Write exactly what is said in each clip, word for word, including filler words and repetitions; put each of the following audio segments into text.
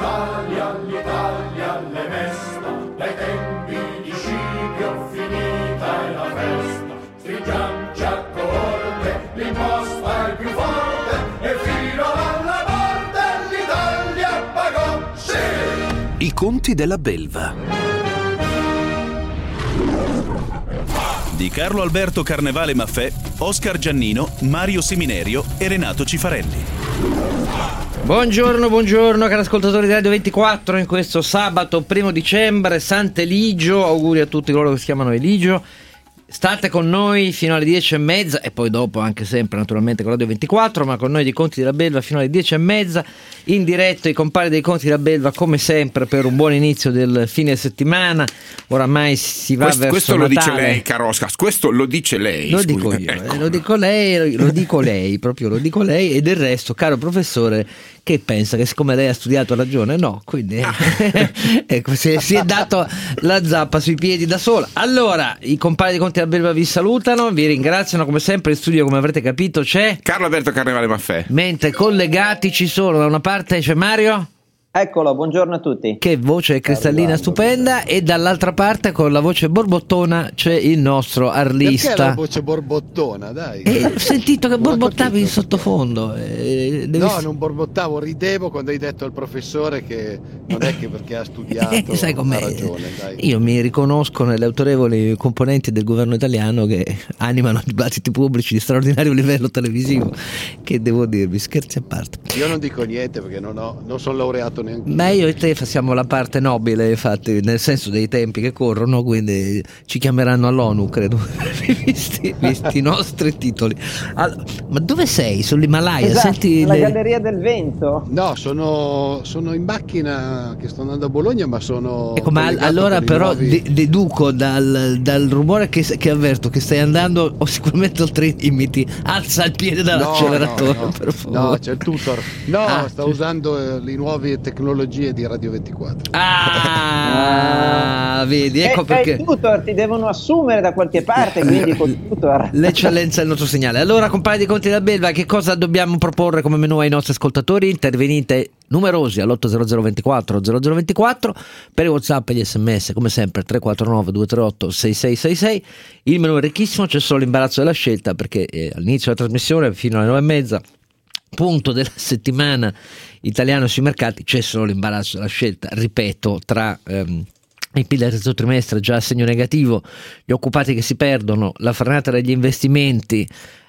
l'Italia, l'Italia le mesta, dai tempi di Scipio finita è la festa. Stringiamoci a corte, l'imposta è più forte e fino alla morte l'Italia pagò, sì! I conti della belva di Carlo Alberto Carnevale Maffè, Oscar Giannino, Mario Seminerio e Renato Cifarelli. Buongiorno, buongiorno cari ascoltatori di Radio ventiquattro in questo sabato primo dicembre, Sant'Eligio, auguri a tutti coloro che si chiamano Eligio. State con noi fino alle dieci e mezza e poi dopo anche sempre naturalmente con Radio ventiquattro, ma con noi di Conti della Belva fino alle dieci e mezza in diretto i compari dei Conti della Belva come sempre per un buon inizio del fine settimana. Oramai si va questo, verso questo lo Natale. dice lei, caro Oscar, questo lo dice lei. Lo scusi. dico io, ecco. eh, lo dico lei, lo dico lei, proprio lo dico lei e del resto, caro professore, che pensa che siccome lei ha studiato ragione, no, quindi ecco, si, si è dato la zappa sui piedi da sola. Allora, i compari di Conti della Belva vi salutano, vi ringraziano come sempre. In studio, come avrete capito, c'è Carlo Alberto Carnevale Maffè. Mentre collegati ci sono, da una parte c'è Mario. Eccolo, buongiorno a tutti. Che voce cristallina Arrivando, stupenda. E dall'altra parte con la voce borbottona c'è il nostro arlista. Perché la voce borbottona, dai? E ho sentito che Non ho borbottavi capito. in sottofondo. eh, devi- No, non borbottavo, ridevo quando hai detto al professore che non è che perché ha studiato Eh, sai com'è? ha ragione, dai. Io mi riconosco nelle autorevoli componenti del governo italiano che animano dibattiti pubblici di straordinario livello televisivo. Che devo dirvi, scherzi a parte. Io non dico niente perché non, ho, non sono laureato neanche. Ma io e te facciamo la parte nobile, infatti, nel senso dei tempi che corrono, quindi ci chiameranno all'ONU, credo, visti, visti i nostri titoli. Allora, ma dove sei? Sull'Himalaya? Esatto, Senti la le- Galleria del Vento. No, sono, sono in macchina che sto andando a Bologna, ma sono. Ecco, ma collegato allora con i però nuovi- de- deduco dal, dal rumore che, che avverto che stai andando o sicuramente oltre i limiti. Alza il piede dall'acceleratore, no, no, per no, favore. no, c'è il tutor. No, Ah, sto sì. usando eh, le nuove tecnologie di Radio ventiquattro. Ah, vedi, ecco e, perché e il tutor ti devono assumere da qualche parte, quindi col tutor. l'eccellenza è il nostro segnale. Allora, compagni di Conti della Belva, che cosa dobbiamo proporre come menù ai nostri ascoltatori? Intervenite numerosi all'otto zero zero ventiquattro zero zero ventiquattro per i WhatsApp e gli sms, come sempre tre quattro nove due tre otto sei sei sei sei. Il menù è ricchissimo, c'è solo l'imbarazzo della scelta perché eh, all'inizio della trasmissione fino alle nove e mezza, punto della settimana italiano sui mercati, c'è solo l'imbarazzo della scelta, ripeto, tra ehm, i P I L del terzo trimestre già a segno negativo, gli occupati che si perdono, la frenata degli investimenti,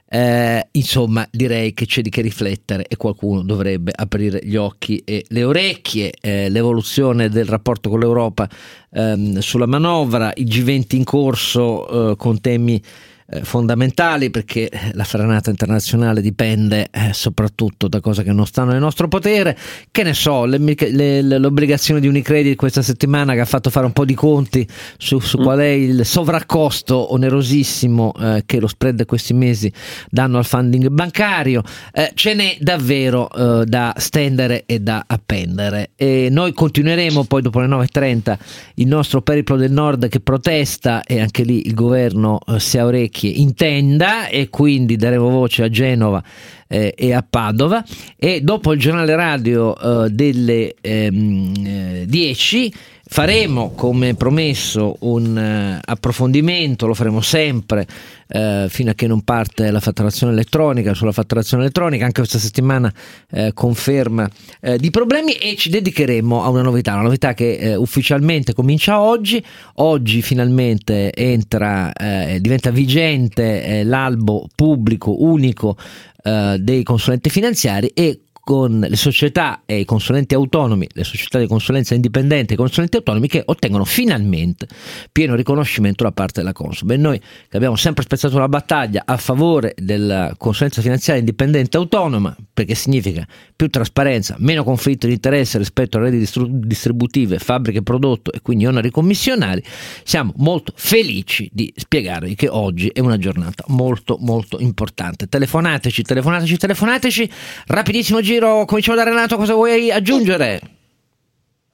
eh, insomma direi che c'è di che riflettere e qualcuno dovrebbe aprire gli occhi e le orecchie. Eh, l'evoluzione del rapporto con l'Europa ehm, sulla manovra, il G venti in corso eh, con temi Eh, fondamentali, perché la frenata internazionale dipende eh, soprattutto da cose che non stanno nel nostro potere. Che ne so, le, le, le, l'obbligazione di Unicredit questa settimana che ha fatto fare un po' di conti su, su qual è il sovraccosto onerosissimo eh, che lo spread di questi mesi danno al funding bancario. Eh, ce n'è davvero eh, da stendere e da appendere e noi continueremo poi dopo le nove e trenta il nostro periplo del nord che protesta, e anche lì il governo eh, si ha orecchie in tenda, e quindi daremo voce a Genova eh, e a Padova. E dopo il giornale radio eh, delle ehm, eh, dieci faremo, come promesso, un uh, approfondimento, lo faremo sempre uh, fino a che non parte la fatturazione elettronica, sulla fatturazione elettronica. Anche questa settimana uh, conferma uh, di problemi, e ci dedicheremo a una novità, una novità che uh, ufficialmente comincia oggi. Oggi finalmente entra, uh, diventa vigente uh, l'albo pubblico unico uh, dei consulenti finanziari, e con le società e i consulenti autonomi, le società di consulenza indipendente e i consulenti autonomi che ottengono finalmente pieno riconoscimento da parte della Consob. E noi che abbiamo sempre spezzato la battaglia a favore della consulenza finanziaria indipendente autonoma, perché significa più trasparenza, meno conflitto di interesse rispetto alle reti distru- distributive, fabbriche prodotto e quindi oneri commissionali, siamo molto felici di spiegarvi che oggi è una giornata molto molto importante. Telefonateci, telefonateci, telefonateci, rapidissimo giro. Cominciamo da Renato, cosa vuoi aggiungere?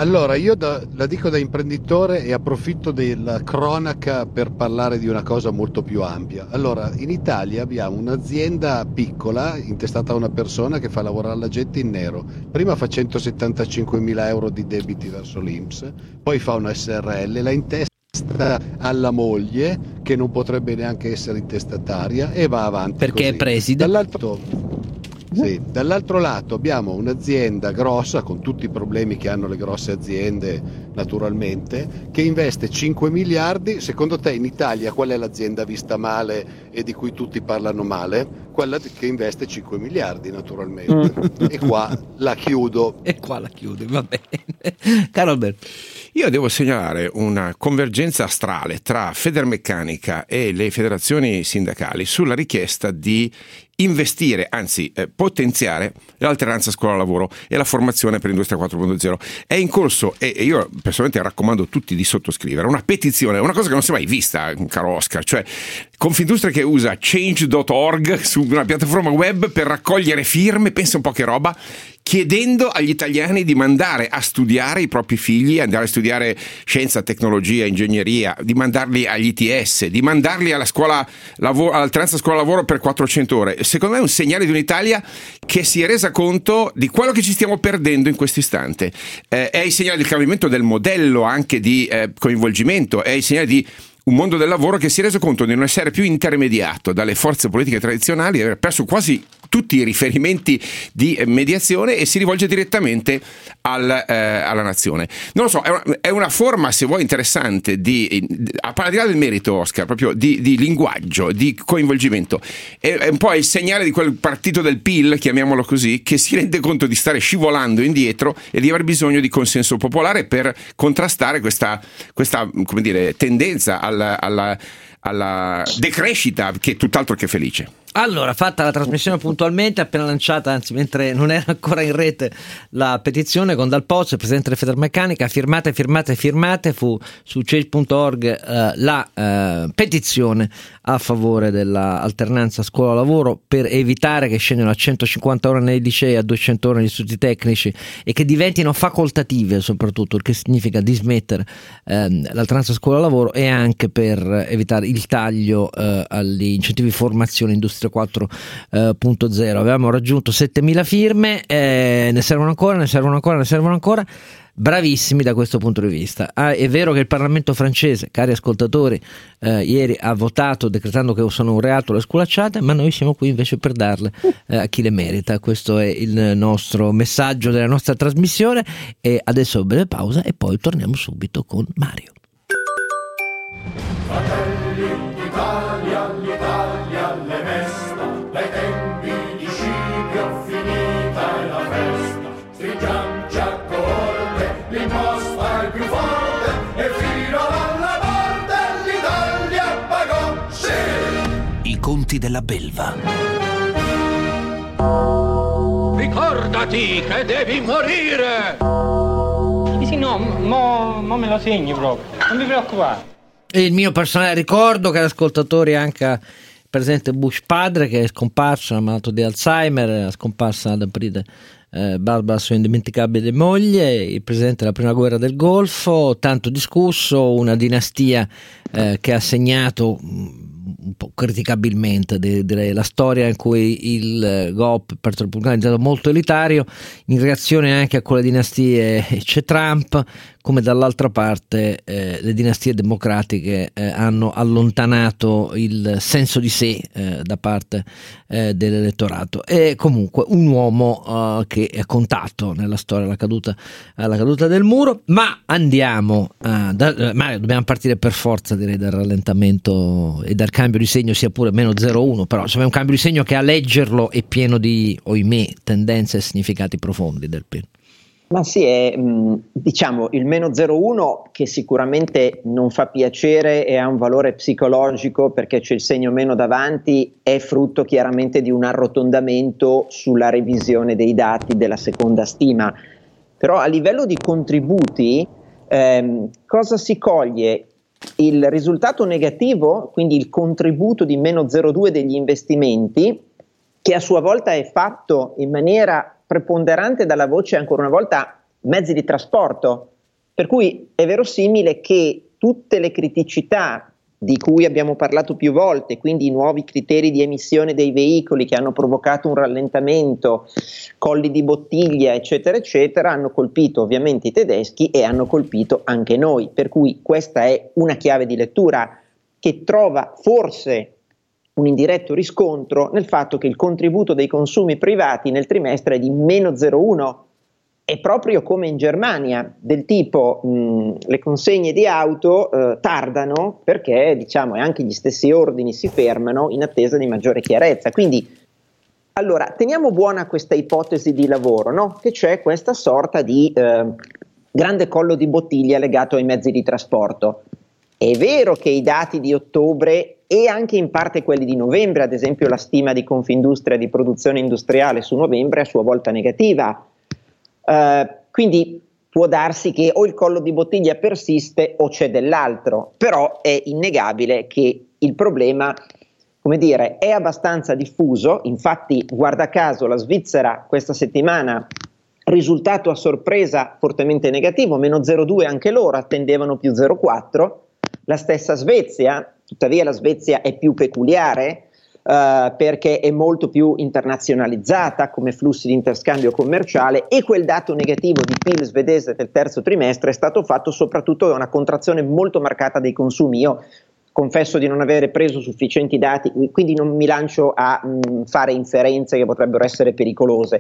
Allora, io da, la dico da imprenditore e approfitto della cronaca per parlare di una cosa molto più ampia. Allora, in Italia abbiamo un'azienda piccola, intestata a una persona che fa lavorare la gente in nero. Prima fa centosettantacinquemila euro di debiti verso l'I N P S, poi fa una S R L, la intesta alla moglie, che non potrebbe neanche essere intestataria, e va avanti perché così. è preside. Dall'altro... Sì, dall'altro lato abbiamo un'azienda grossa, con tutti i problemi che hanno le grosse aziende naturalmente, che investe cinque miliardi. Secondo te in Italia qual è l'azienda vista male e di cui tutti parlano male? Quella che investe cinque miliardi naturalmente. E qua la chiudo. E qua la chiudi, va bene. Caro Alberto. Io devo segnalare una convergenza astrale tra Federmeccanica e le federazioni sindacali sulla richiesta di investire, anzi eh, potenziare l'alternanza scuola-lavoro e la formazione per Industria quattro punto zero. È in corso, e io personalmente raccomando a tutti di sottoscrivere una petizione, una cosa che non si è mai vista, caro Oscar, cioè Confindustria che usa change punto org su una piattaforma web per raccogliere firme, pensa un po' che roba, chiedendo agli italiani di mandare a studiare i propri figli, andare a studiare scienza, tecnologia, ingegneria, di mandarli agli I T S, di mandarli alla scuola lavoro, all'alternanza scuola-lavoro per quattrocento ore. Secondo me è un segnale di un'Italia che si è resa conto di quello che ci stiamo perdendo in questo istante. Eh, è il segnale del cambiamento del modello anche di eh, coinvolgimento, è il segnale di un mondo del lavoro che si è reso conto di non essere più intermediato dalle forze politiche tradizionali, di aver perso quasi tutti i riferimenti di mediazione e si rivolge direttamente al, eh, alla nazione. Non lo so, è una, è una forma, se vuoi, interessante di, a al di là del merito, Oscar, proprio di, di linguaggio, di coinvolgimento. È, è un po' il segnale di quel partito del P I L, chiamiamolo così, che si rende conto di stare scivolando indietro e di aver bisogno di consenso popolare per contrastare questa, questa come dire, tendenza alla, alla, alla decrescita che è tutt'altro che felice. Allora, fatta la trasmissione puntualmente, appena lanciata, anzi mentre non era ancora in rete la petizione, con Dal Pozzo, il presidente della Federmeccanica, firmate, firmate, firmate, fu su change punto org eh, la eh, petizione a favore dell'alternanza scuola-lavoro per evitare che scendano a centocinquanta ore nei licei, a duecento ore negli istituti tecnici e che diventino facoltative soprattutto, il che significa dismettere eh, l'alternanza scuola-lavoro, e anche per evitare il taglio eh, agli incentivi di formazione industriale quattro punto zero. Avevamo raggiunto settemila firme, eh, ne servono ancora, ne servono ancora, ne servono ancora. Bravissimi da questo punto di vista. Ah, è vero che il Parlamento francese, cari ascoltatori, eh, ieri ha votato decretando che sono un reato le sculacciate, ma noi siamo qui invece per darle eh, a chi le merita. Questo è il nostro messaggio della nostra trasmissione, e adesso breve pausa e poi torniamo subito con Mario. Fratelli d'Italia, l'Italia le mesta, dai tempi di Scipio finita è la festa. Stringiamoci a corte, l'imposta è più forte e fino alla morte l'Italia pagò, sì! I conti della belva. Ricordati che devi morire! Sì, sì, no, mo, mo me lo segni proprio, non vi preoccupare. E il mio personale ricordo, cari ascoltatori, anche il presidente Bush padre, che è scomparso, malato di Alzheimer, è scomparsa ad aprile eh, Barbara, sua indimenticabile moglie, il presidente della prima guerra del Golfo, tanto discusso, una dinastia eh, che ha segnato un po' criticabilmente, direi, la storia in cui il G O P, il Partito Repubblicano, è diventato molto elitario. In reazione anche a quelle dinastie c'è Trump, come dall'altra parte eh, le dinastie democratiche eh, hanno allontanato il senso di sé eh, da parte eh, dell'elettorato. È comunque un uomo uh, che è contato nella storia alla caduta, alla caduta del muro. Ma andiamo uh, da, Mario, dobbiamo partire per forza, direi, dal rallentamento e dal cambio di segno, sia pure meno zero virgola uno, però insomma è un cambio di segno che a leggerlo è pieno di, ohimè, tendenze e significati profondi del P I L. Ma sì, è diciamo il meno zero virgola uno che sicuramente non fa piacere e ha un valore psicologico perché c'è il segno meno davanti, è frutto chiaramente di un arrotondamento sulla revisione dei dati della seconda stima. Però a livello di contributi ehm, cosa si coglie? Il risultato negativo, quindi il contributo di meno zero virgola due degli investimenti, che a sua volta è fatto in maniera preponderante dalla voce, ancora una volta, mezzi di trasporto, Per cui è verosimile che tutte le criticità di cui abbiamo parlato più volte, quindi i nuovi criteri di emissione dei veicoli che hanno provocato un rallentamento, colli di bottiglia, eccetera, eccetera, hanno colpito ovviamente i tedeschi e hanno colpito anche noi. Per cui questa è una chiave di lettura che trova forse un indiretto riscontro nel fatto che il contributo dei consumi privati nel trimestre è di meno zero virgola uno. È proprio come in Germania, del tipo mh, le consegne di auto eh, tardano perché, diciamo, e anche gli stessi ordini si fermano in attesa di maggiore chiarezza. Quindi, allora, teniamo buona questa ipotesi di lavoro, no? Che c'è questa sorta di eh, grande collo di bottiglia legato ai mezzi di trasporto. È vero che i dati di ottobre e anche in parte quelli di novembre, ad esempio la stima di Confindustria di produzione industriale su novembre è a sua volta negativa. Uh, quindi può darsi che o il collo di bottiglia persiste o c'è dell'altro, però è innegabile che il problema, come dire, è abbastanza diffuso. Infatti, guarda caso, la Svizzera questa settimana, risultato a sorpresa fortemente negativo, meno zero virgola due anche loro, attendevano più zero virgola quattro. La stessa Svezia, tuttavia la Svezia è più peculiare, Uh, perché è molto più internazionalizzata come flussi di interscambio commerciale, e quel dato negativo di P I L svedese del terzo trimestre è stato fatto soprattutto da una contrazione molto marcata dei consumi. Io confesso di non avere preso sufficienti dati, quindi non mi lancio a mh, fare inferenze che potrebbero essere pericolose.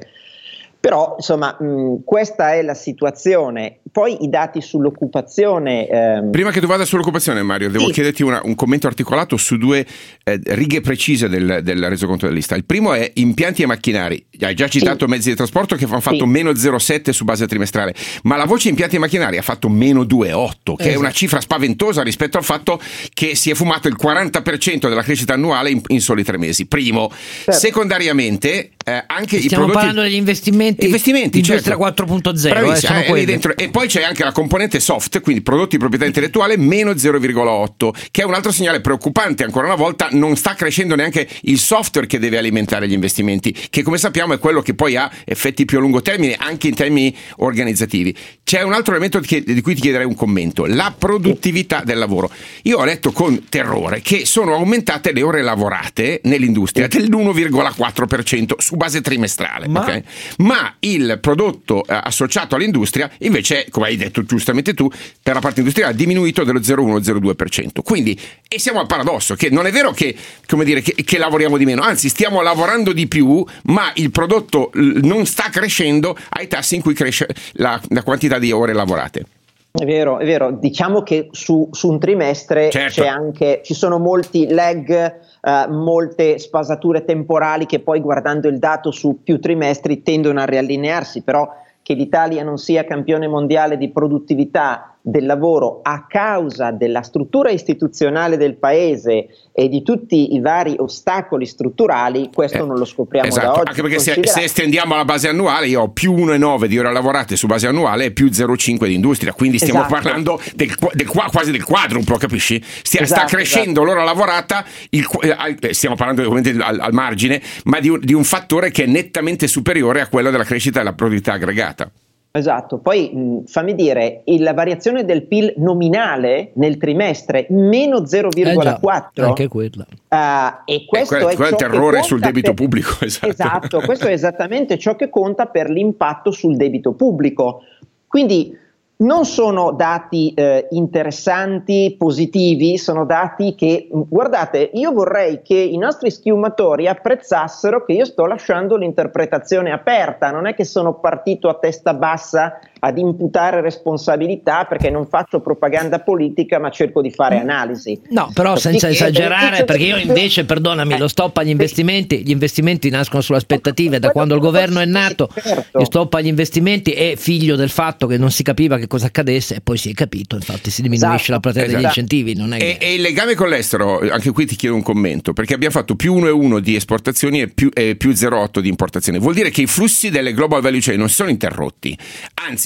Però insomma mh, questa è la situazione. Poi i dati sull'occupazione. Ehm... Prima che tu vada sull'occupazione, Mario, devo sì. chiederti una, un commento articolato su due eh, righe precise del, del resoconto della lista. Il primo è impianti e macchinari. Hai già citato sì. mezzi di trasporto che hanno fatto sì. meno zero virgola sette su base trimestrale, ma la voce impianti e macchinari ha fatto meno due virgola otto, che esatto. è una cifra spaventosa rispetto al fatto che si è fumato il quaranta per cento della crescita annuale in, in soli tre mesi. Primo. Certo. Secondariamente, eh, anche stiamo i prodotti... parlando degli investimenti. Investimenti, industria certo. quattro punto zero, eh, eh, dentro. E poi c'è anche la componente soft, quindi prodotti di proprietà intellettuale, meno zero virgola otto, che è un altro segnale preoccupante. Ancora una volta non sta crescendo neanche il software che deve alimentare gli investimenti, che come sappiamo è quello che poi ha effetti più a lungo termine anche in termini organizzativi. C'è un altro elemento che, di cui ti chiederei un commento: la produttività del lavoro. Io ho letto con terrore che sono aumentate le ore lavorate nell'industria dell'uno virgola quattro per cento su base trimestrale, ma, okay? Ma il prodotto eh, associato all'industria invece, come hai detto giustamente tu, per la parte industriale ha diminuito dello zero virgola uno zero virgola due per cento. Quindi, e siamo al paradosso che non è vero che, come dire, che, che lavoriamo di meno, anzi stiamo lavorando di più, ma il prodotto non sta crescendo ai tassi in cui cresce la, la quantità di ore lavorate. È vero, è vero. Diciamo che su, su un trimestre certo. c'è anche, ci sono molti lag, uh, molte spasature temporali che poi, guardando il dato su più trimestri, tendono a riallinearsi. Però che l'Italia non sia campione mondiale di produttività del lavoro a causa della struttura istituzionale del paese e di tutti i vari ostacoli strutturali, questo eh, non lo scopriamo esatto. da oggi. Anche perché se, se estendiamo la base annuale, io ho più uno virgola nove di ore lavorate su base annuale e più zero virgola cinque di industria, quindi stiamo esatto. parlando del, del, quasi del quadruplo, capisci? Stia, esatto, sta crescendo esatto. l'ora lavorata, il, stiamo parlando ovviamente al, al margine, ma di un, di un fattore che è nettamente superiore a quello della crescita della produttività aggregata. Esatto, poi mh, fammi dire, il, la variazione del P I L nominale nel trimestre meno zero virgola quattro, eh anche quella. Uh, e questo e quel, è quel ciò terrore che sul debito per, pubblico. Esatto. esatto, questo è esattamente ciò che conta per l'impatto sul debito pubblico. Quindi non sono dati eh, interessanti, positivi, sono dati che, guardate, io vorrei che i nostri schiumatori apprezzassero che io sto lasciando l'interpretazione aperta, non è che sono partito a testa bassa ad imputare responsabilità, perché non faccio propaganda politica ma cerco di fare analisi. No, però senza esagerare, perché io invece, perdonami, lo stop agli investimenti, gli investimenti nascono sulle aspettative, da quando il governo è nato, lo stop agli investimenti è figlio del fatto che non si capiva che cosa accadesse e poi si è capito, infatti si diminuisce esatto. la platea esatto. degli incentivi. Non è e, che... e il legame con l'estero, anche qui ti chiedo un commento, perché abbiamo fatto più uno virgola uno di esportazioni e più, e più zero virgola otto di importazioni. Vuol dire che i flussi delle global value chain non si sono interrotti, anzi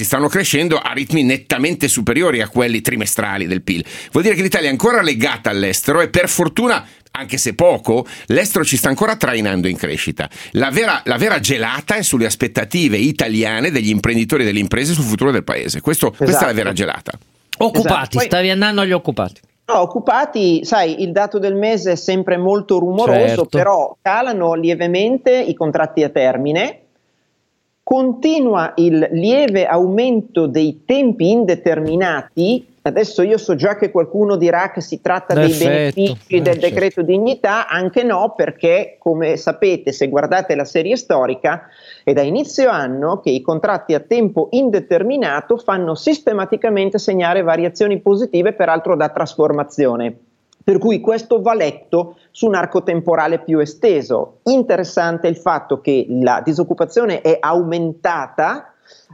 stanno crescendo a ritmi nettamente superiori a quelli trimestrali del P I L. Vuol dire che l'Italia è ancora legata all'estero e per fortuna, anche se poco, l'estero ci sta ancora trainando in crescita. La vera, la vera gelata è sulle aspettative italiane degli imprenditori e delle imprese sul futuro del paese. Questo, esatto. Questa è la vera gelata. Occupati, esatto. Poi, stavi andando agli occupati. No, occupati, sai, il dato del mese è sempre molto rumoroso, certo. Però calano lievemente i contratti a termine, continua il lieve aumento dei tempi indeterminati. Adesso io so già che qualcuno dirà che si tratta Perfetto. dei benefici eh, del certo. decreto dignità, anche no, perché come sapete, se guardate la serie storica, è da inizio anno che i contratti a tempo indeterminato fanno sistematicamente segnare variazioni positive, peraltro da trasformazione. Per cui questo va letto su un arco temporale più esteso. Interessante il fatto che la disoccupazione è aumentata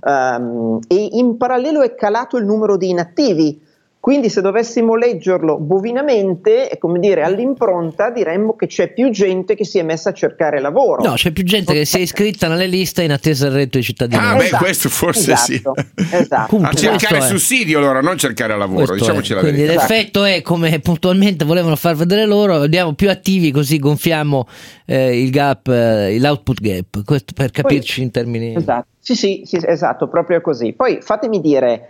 Um, e in parallelo è calato il numero di inattivi, quindi se dovessimo leggerlo bovinamente, è come dire all'impronta, diremmo che c'è più gente che si è messa a cercare lavoro. No, c'è più gente okay. che si è iscritta nelle liste in attesa del reddito di cittadinanza. Ah, beh, esatto, questo forse esatto, sì. Esatto. Punto, a cercare è. sussidio allora, non cercare lavoro, questo diciamoci è. la Quindi verità. l'effetto è, come puntualmente volevano far vedere loro, andiamo più attivi così gonfiamo eh, il gap, eh, l'output gap, questo per capirci Poi, in termini... Esatto, sì, sì, sì, esatto, proprio così. Poi fatemi dire...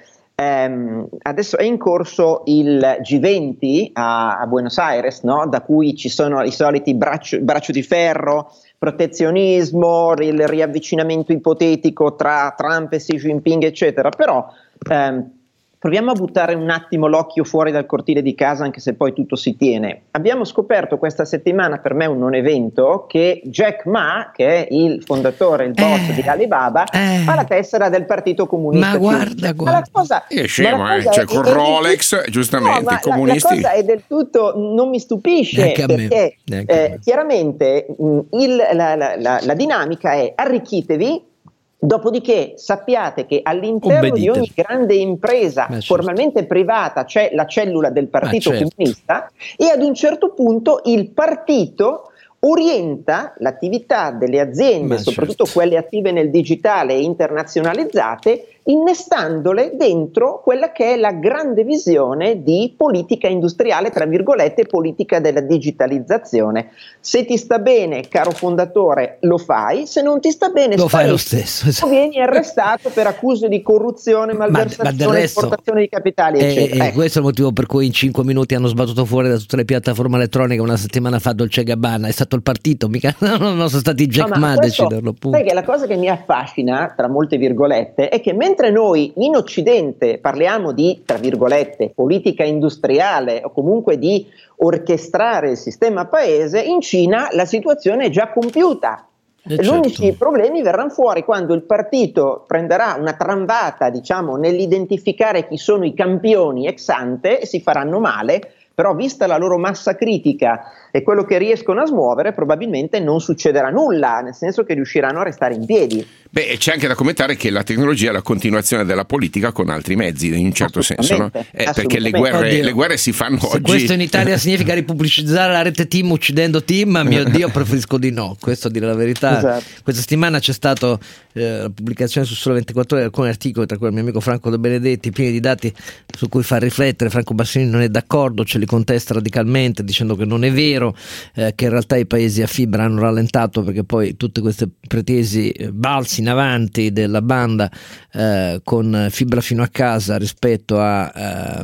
Um, adesso è in corso il G venti a, a Buenos Aires, no? Da cui ci sono i soliti braccio, braccio di ferro, protezionismo, il riavvicinamento ipotetico tra Trump e Xi Jinping, eccetera. Però um, proviamo a buttare un attimo l'occhio fuori dal cortile di casa, anche se poi tutto si tiene. Abbiamo scoperto questa settimana, per me un non evento, che Jack Ma, che è il fondatore, il boss eh, di Alibaba, eh, ha la tessera del Partito Comunista. Ma guarda, guarda. Ma la cosa, è scemo, eh, cioè con Rolex, tutto, giustamente, no, i comunisti. La, la cosa è del tutto, non mi stupisce, perché eh, chiaramente mh, il, la, la, la, la dinamica è arricchitevi. Dopodiché sappiate che all'interno Obbedite. di ogni grande impresa Beh, certo. formalmente privata c'è la cellula del Partito Beh, certo. Comunista, e ad un certo punto il partito orienta l'attività delle aziende, Beh, soprattutto certo. quelle attive nel digitale e internazionalizzate, innestandole dentro quella che è la grande visione di politica industriale, tra virgolette, politica della digitalizzazione. Se ti sta bene, caro fondatore, lo fai; se non ti sta bene, lo fai lo stesso, esatto. vieni arrestato per accuse di corruzione, malversazione, ma, ma esportazione di capitali, eh, eccetera. Eh, ecco. Questo è il motivo per cui in cinque minuti hanno sbattuto fuori da tutte le piattaforme elettroniche una settimana fa Dolce e Gabbana. È stato il partito, mica non sono stati Jack no, Ma a questo, deciderlo. Punto. Sai che la cosa che mi affascina, tra molte virgolette, è che mentre noi in Occidente parliamo di, tra virgolette, politica industriale o comunque di orchestrare il sistema paese, in Cina la situazione è già compiuta. Eh Gli unici certo. problemi verranno fuori quando il partito prenderà una tramvata, diciamo, nell'identificare chi sono i campioni ex ante, e si faranno male. Però vista la loro massa critica e quello che riescono a smuovere, probabilmente non succederà nulla, nel senso che riusciranno a restare in piedi. Beh, c'è anche da commentare che la tecnologia è la continuazione della politica con altri mezzi, in un certo senso, no? Eh, perché le guerre, le guerre si fanno Se oggi. questo in Italia significa ripubblicizzare la rete Team uccidendo Team, mio Dio, preferisco di no, questo a dire la verità. Esatto. Questa settimana c'è stata eh, la pubblicazione su Sole ventiquattro Ore di alcuni articoli, tra cui il mio amico Franco De Benedetti, pieni di dati su cui far riflettere. Franco Bassolini non è d'accordo, ce li contesta radicalmente dicendo che non è vero, eh, che in realtà i paesi a fibra hanno rallentato perché poi tutte queste pretesi eh, balzi in avanti della banda eh, con fibra fino a casa rispetto a,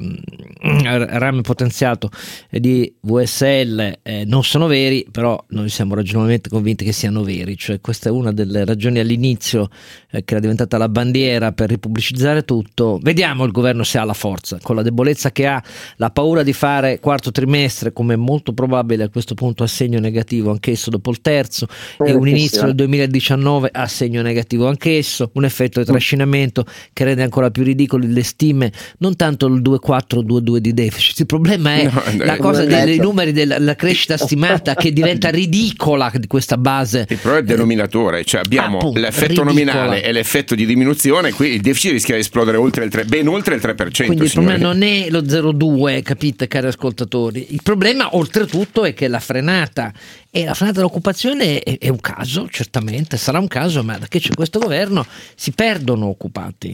eh, a rame potenziato di V S L eh, non sono veri, però noi siamo ragionevolmente convinti che siano veri, cioè questa è una delle ragioni all'inizio eh, che era diventata la bandiera per ripubblicizzare tutto. Vediamo il governo se ha la forza, con la debolezza che ha, la paura di fare quarto trimestre, come è molto probabile a questo punto, a segno negativo anch'esso dopo il terzo, e un inizio del duemiladiciannove a segno negativo anch'esso, un effetto di trascinamento che rende ancora più ridicoli le stime, non tanto il due virgola quattro due virgola due di deficit, il problema è no, la cosa dei, dei numeri della crescita stimata che diventa ridicola di questa base. Il problema è il denominatore, cioè abbiamo appunto, l'effetto ridicola. nominale e l'effetto di diminuzione, qui il deficit rischia di esplodere oltre il tre, ben oltre il tre per cento. Quindi il signori. problema non è lo zero virgola due, capite cari ascoltatori, il problema oltretutto è che la frenata e la frenata dell'occupazione è, è un caso, certamente sarà un caso, ma da che c'è questo governo si perdono occupati.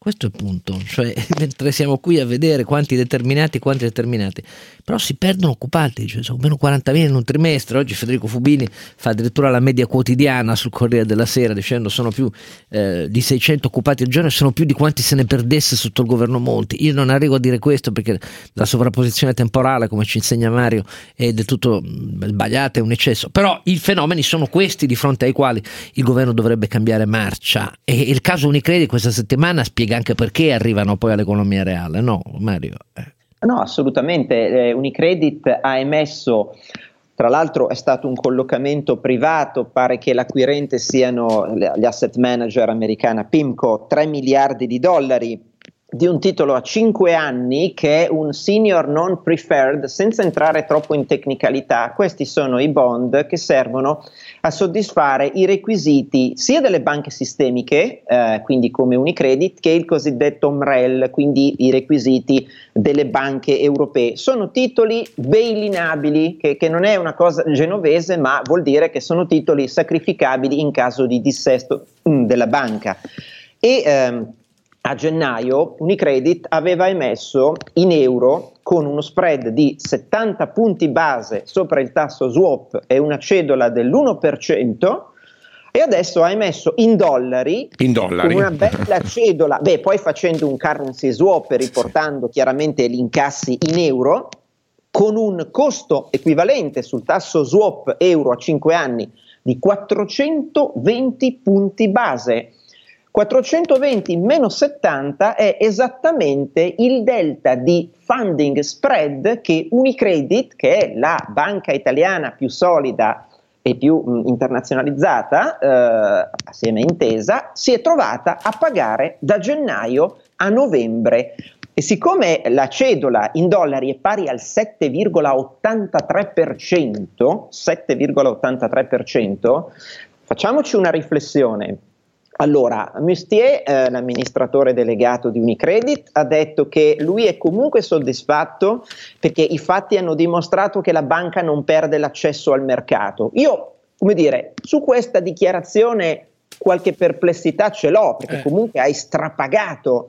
Questo è il punto, cioè mentre siamo qui a vedere quanti determinati, quanti determinati, però si perdono occupati, cioè sono meno quarantamila in un trimestre. Oggi Federico Fubini fa addirittura la media quotidiana sul Corriere della Sera dicendo sono più eh, di seicento occupati al giorno, sono più di quanti se ne perdesse sotto il governo Monti. Io non arrivo a dire questo perché la sovrapposizione temporale, come ci insegna Mario, è del tutto sbagliata, è un eccesso, però i fenomeni sono questi di fronte ai quali il governo dovrebbe cambiare marcia, e il caso Unicredit questa settimana spiega anche perché arrivano poi all'economia reale, no Mario? No, assolutamente. Eh, Unicredit ha emesso, tra l'altro è stato un collocamento privato, pare che l'acquirente siano gli asset manager americana PIMCO, tre miliardi di dollari di un titolo a cinque anni che è un senior non preferred. Senza entrare troppo in tecnicalità, questi sono i bond che servono a soddisfare i requisiti sia delle banche sistemiche, eh, quindi come Unicredit, che il cosiddetto M R E L, quindi i requisiti delle banche europee. Sono titoli bailinabili, che, che non è una cosa genovese, ma vuol dire che sono titoli sacrificabili in caso di dissesto mm, della banca. E ehm, a gennaio Unicredit aveva emesso in euro con uno spread di settanta punti base sopra il tasso swap e una cedola dell'uno per cento, e adesso ha emesso in dollari, in dollari. con una bella cedola, beh, poi facendo un currency swap e riportando chiaramente gli incassi in euro, con un costo equivalente sul tasso swap euro a cinque anni di quattrocentoventi punti base. quattrocentoventi meno settanta è esattamente il delta di funding spread che Unicredit, che è la banca italiana più solida e più mh, internazionalizzata, eh, assieme a Intesa, si è trovata a pagare da gennaio a novembre. E siccome la cedola in dollari è pari al sette virgola ottantatré per cento, sette virgola ottantatré per cento, facciamoci una riflessione. Allora, Mustier, eh, l'amministratore delegato di Unicredit, ha detto che lui è comunque soddisfatto perché i fatti hanno dimostrato che la banca non perde l'accesso al mercato. Io, come dire, su questa dichiarazione qualche perplessità ce l'ho, perché comunque hai strapagato.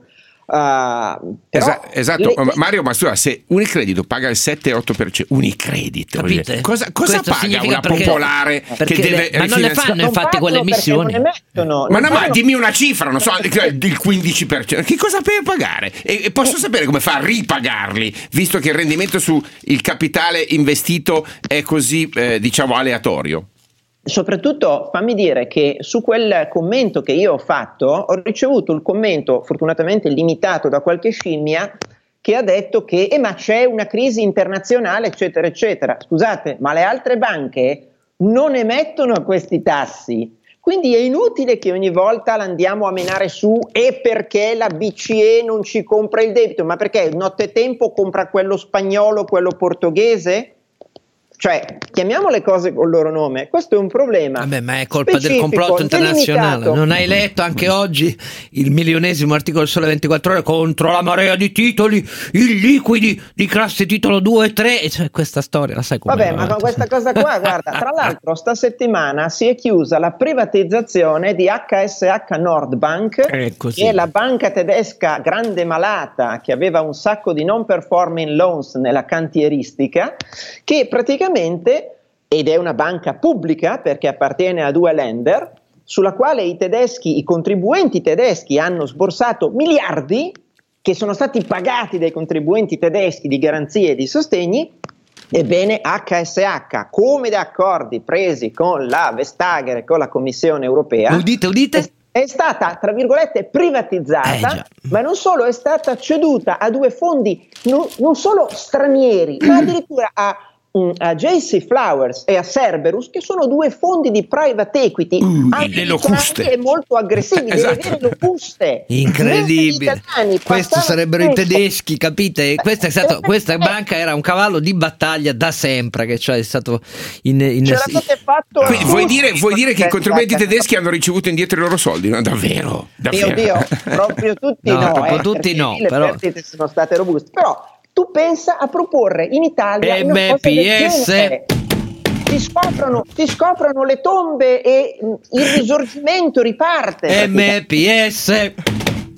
Uh, Esa- esatto, le, Mario, ma scusa, se Unicredit paga il sette otto per cento, Unicredit, capite? cosa, cosa paga una perché, popolare perché che deve le, ma non le fanno non infatti quelle emissioni, non emettono, ma non no, fanno... ma dimmi una cifra, non so, il quindici per cento, che cosa per pagare? E, e posso sapere come fa a ripagarli, visto che il rendimento sul capitale investito è così, eh, diciamo, aleatorio? Soprattutto fammi dire che su quel commento che io ho fatto ho ricevuto il commento fortunatamente limitato da qualche scimmia che ha detto che eh, ma c'è una crisi internazionale eccetera eccetera. Scusate, ma le altre banche non emettono questi tassi, quindi è inutile che ogni volta l'andiamo a menare su e perché la B C E non ci compra il debito, ma perché nottetempo compra quello spagnolo, quello portoghese? Cioè, chiamiamo le cose col loro nome, questo è un problema. Vabbè, ma è colpa specifico, del complotto internazionale. delimitato. Non hai letto anche oggi il milionesimo articolo del Sole ventiquattro Ore contro la marea di titoli illiquidi di classe titolo due e tre, e cioè, questa storia la sai come Vabbè, ma con questa cosa qua, guarda, tra l'altro sta settimana si è chiusa la privatizzazione di H S H Nordbank, ecco, sì. che è la banca tedesca grande malata che aveva un sacco di non performing loans nella cantieristica, che praticamente, ed è una banca pubblica perché appartiene a due lender, sulla quale i tedeschi, i contribuenti tedeschi hanno sborsato miliardi che sono stati pagati dai contribuenti tedeschi di garanzie e di sostegni. Ebbene, H S H, come da accordi presi con la Vestager e con la Commissione europea, udite, udite? È, è stata, tra virgolette, privatizzata, eh, ma non solo, è stata ceduta a due fondi non, non solo stranieri, ma addirittura a a J C Flowers e a Cerberus, che sono due fondi di private equity uh, anche le locuste e molto aggressivi, esatto. delle vere locuste. Incredibile, questi sarebbero i tedeschi, capite? Questa, è stato, questa banca era un cavallo di battaglia da sempre, che cioè è stato in, in Ce l'avete fatto. Quindi vuoi dire, vuoi dire che i contribuenti tedeschi hanno ricevuto indietro i loro soldi? No, davvero? davvero. Dio, Dio, proprio tutti no, no, proprio eh, tutti no, le però perdite sono state robuste, però tu pensa a proporre in Italia M P S. Ti scoprono, ti scoprono le tombe e il risorgimento riparte. M P S.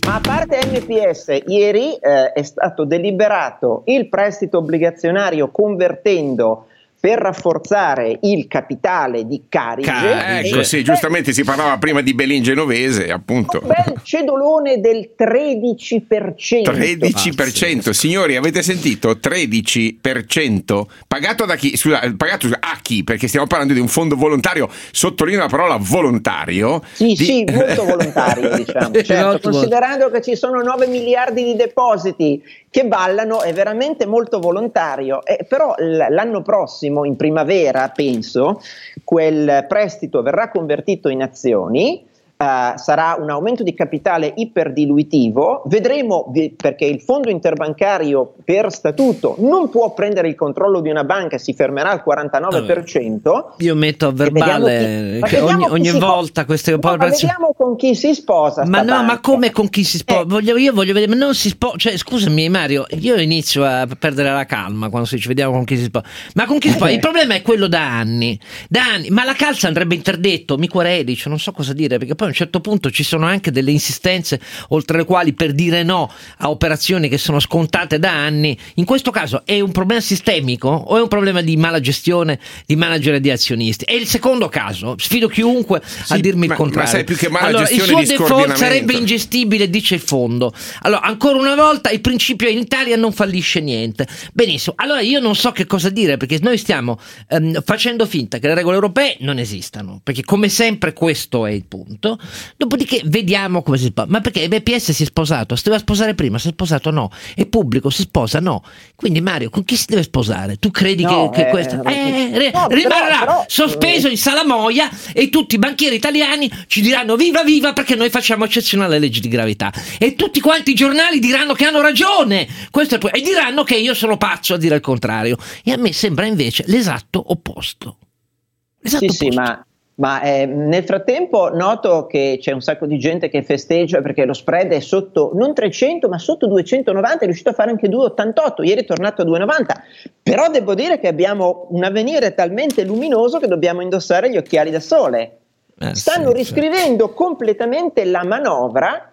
Ma a parte M P S, ieri eh, è stato deliberato il prestito obbligazionario convertendo per rafforzare il capitale di Carige. Ca- ecco, sì, giustamente si parlava prima di Belin Genovese, appunto. Un bel cedolone del tredici per cento. tredici per cento, signori, avete sentito? tredici per cento pagato da chi? Scusa, pagato a chi? Perché stiamo parlando di un fondo volontario, sottolineo la parola volontario. Sì, di... sì, molto volontario, diciamo. Certo, considerando che ci sono nove miliardi di depositi che ballano, è veramente molto volontario. Eh, però l'anno prossimo, in primavera, penso, quel prestito verrà convertito in azioni. Uh, sarà un aumento di capitale iperdiluitivo, vedremo, perché il fondo interbancario per statuto non può prendere il controllo di una banca, si fermerà al quarantanove per cento. Io metto a verbale chi, che ogni, ogni volta po- queste no, ma vediamo con chi si sposa. Ma no, banca. ma come con chi si sposa? Eh. Voglio, io voglio vedere, ma non si sposa, cioè scusami Mario, io inizio a perdere la calma quando si dice vediamo con chi si sposa. Ma con chi si sposa? Il problema è quello da anni, da anni, ma la calza andrebbe interdetto, mi quereli, cioè non so cosa dire, perché poi a un certo punto ci sono anche delle insistenze oltre le quali per dire no a operazioni che sono scontate da anni. In questo caso è un problema sistemico o è un problema di mala gestione di manager e di azionisti? È il secondo caso, sfido chiunque sì, a dirmi ma, il contrario. Ma sai, più che mala allora, gestione, il suo default sarebbe ingestibile, dice il fondo. Allora, ancora una volta il principio in Italia non fallisce niente. Benissimo, allora io non so che cosa dire, perché noi stiamo ehm, facendo finta che le regole europee non esistano, perché come sempre questo è il punto. Dopodiché vediamo come si sposa. Ma perché B P S si è sposato? Si doveva sposare prima, si è sposato? No. È pubblico, si sposa? No. Quindi Mario, con chi si deve sposare? Tu credi no, che, che eh, questo eh, eh, no, rimarrà però, però, sospeso eh. in salamoia e tutti i banchieri italiani ci diranno viva viva perché noi facciamo eccezione alle leggi di gravità e tutti quanti i giornali diranno che hanno ragione. Questo è, e diranno che io sono pazzo a dire il contrario. E a me sembra invece l'esatto opposto. L'esatto sì, opposto. Sì, ma Ma eh, nel frattempo noto che c'è un sacco di gente che festeggia perché lo spread è sotto non trecento ma sotto duecentonovanta, è riuscito a fare anche due virgola ottantotto, ieri è tornato a due virgola novanta, però devo dire che abbiamo un avvenire talmente luminoso che dobbiamo indossare gli occhiali da sole. Eh, Stanno sì, riscrivendo sì. completamente la manovra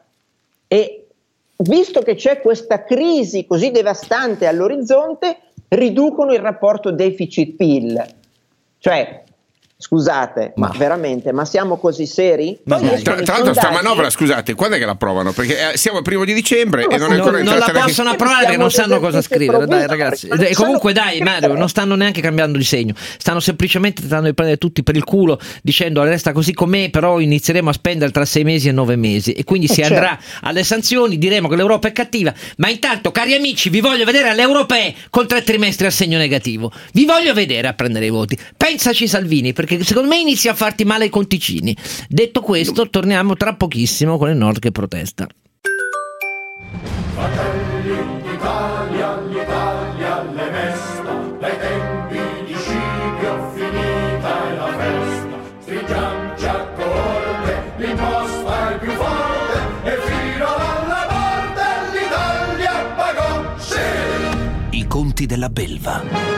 e visto che c'è questa crisi così devastante all'orizzonte riducono il rapporto deficit-P I L, cioè scusate, ma, ma veramente, ma siamo così seri? Ma tra, tra l'altro sta manovra, scusate, quando è che l'approvano? Perché eh, siamo il primo di dicembre no, e non è ancora non, non la possono che... approvare perché non sanno cosa scrivere, dai ragazzi. E comunque dai Mario, non stanno neanche cambiando di segno, stanno semplicemente tentando di prendere tutti per il culo dicendo resta così com'è, però inizieremo a spendere tra sei mesi e nove mesi e quindi si certo. andrà alle sanzioni, diremo che l'Europa è cattiva, ma intanto cari amici vi voglio vedere alle europee con tre trimestri a segno negativo, vi voglio vedere a prendere i voti, pensaci Salvini, perché secondo me inizia a farti male i conticini. Detto questo, torniamo tra pochissimo con il Nord che protesta. Fratelli d'Italia, l'Italia le mesta, dai tempi di Scipio finita è la festa. Stringiamoci a coorte, l'imposta è più forte e fino alla morte l'Italia pagò, sì! I conti della belva.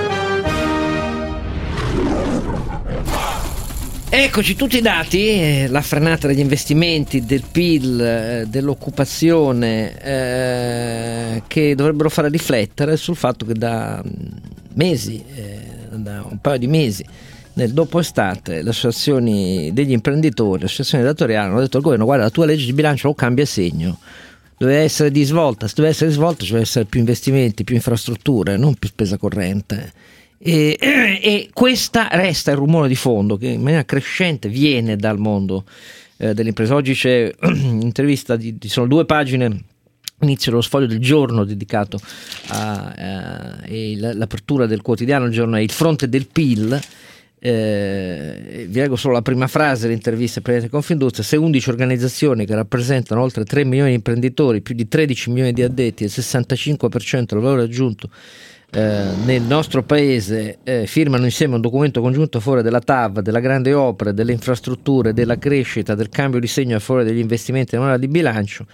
Eccoci tutti i dati, eh, la frenata degli investimenti, del P I L, eh, dell'occupazione eh, che dovrebbero fare riflettere sul fatto che da mesi, eh, da un paio di mesi, nel dopo estate, le associazioni degli imprenditori, le associazioni datoriali hanno detto al governo guarda la tua legge di bilancio lo cambia segno, deve essere di svolta, se deve essere di svolta ci deve essere più investimenti, più infrastrutture, non più spesa corrente. E, e questa resta il rumore di fondo che in maniera crescente viene dal mondo eh, delle imprese. Oggi c'è un'intervista di, di sono due pagine, inizio dello Sfoglio del Giorno dedicato all'apertura del quotidiano. Il giorno è il fronte del P I L. Eh, vi leggo solo la prima frase dell'intervista presente con Confindustria. Se undici organizzazioni che rappresentano oltre tre milioni di imprenditori, più di tredici milioni di addetti e il sessantacinque per cento del valore aggiunto Eh, nel nostro paese eh, firmano insieme un documento congiunto a favore della T A V, della grande opera, delle infrastrutture, della crescita, del cambio di segno a favore degli investimenti nella manovra di bilancio,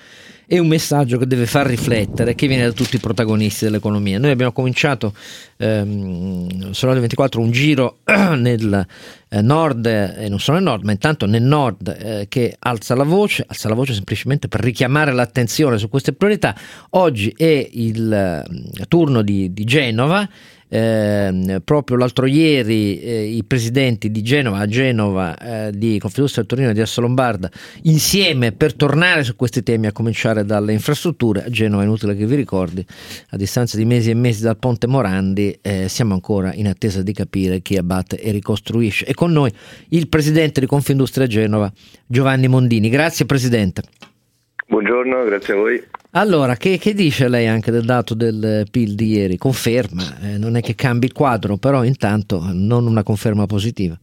è un messaggio che deve far riflettere, che viene da tutti i protagonisti dell'economia. Noi abbiamo cominciato ehm, su Radio ventiquattro un giro nel eh, nord, e eh, non solo nel nord, ma intanto nel nord eh, che alza la voce, alza la voce semplicemente per richiamare l'attenzione su queste priorità. Oggi è il eh, turno di, di Genova. Eh, proprio l'altro ieri eh, i presidenti di Genova, a Genova, eh, di Confindustria Torino e di Assolombarda, insieme per tornare su questi temi, a cominciare dalle infrastrutture. A Genova è inutile che vi ricordi, a distanza di mesi e mesi dal ponte Morandi, eh, siamo ancora in attesa di capire chi abbatte e ricostruisce. E con noi il presidente di Confindustria Genova, Giovanni Mondini. Grazie Presidente. Buongiorno, grazie a voi. Allora, che, che dice lei anche del dato del P I L di ieri? Conferma, eh, non è che cambi il quadro, però intanto non una conferma positiva.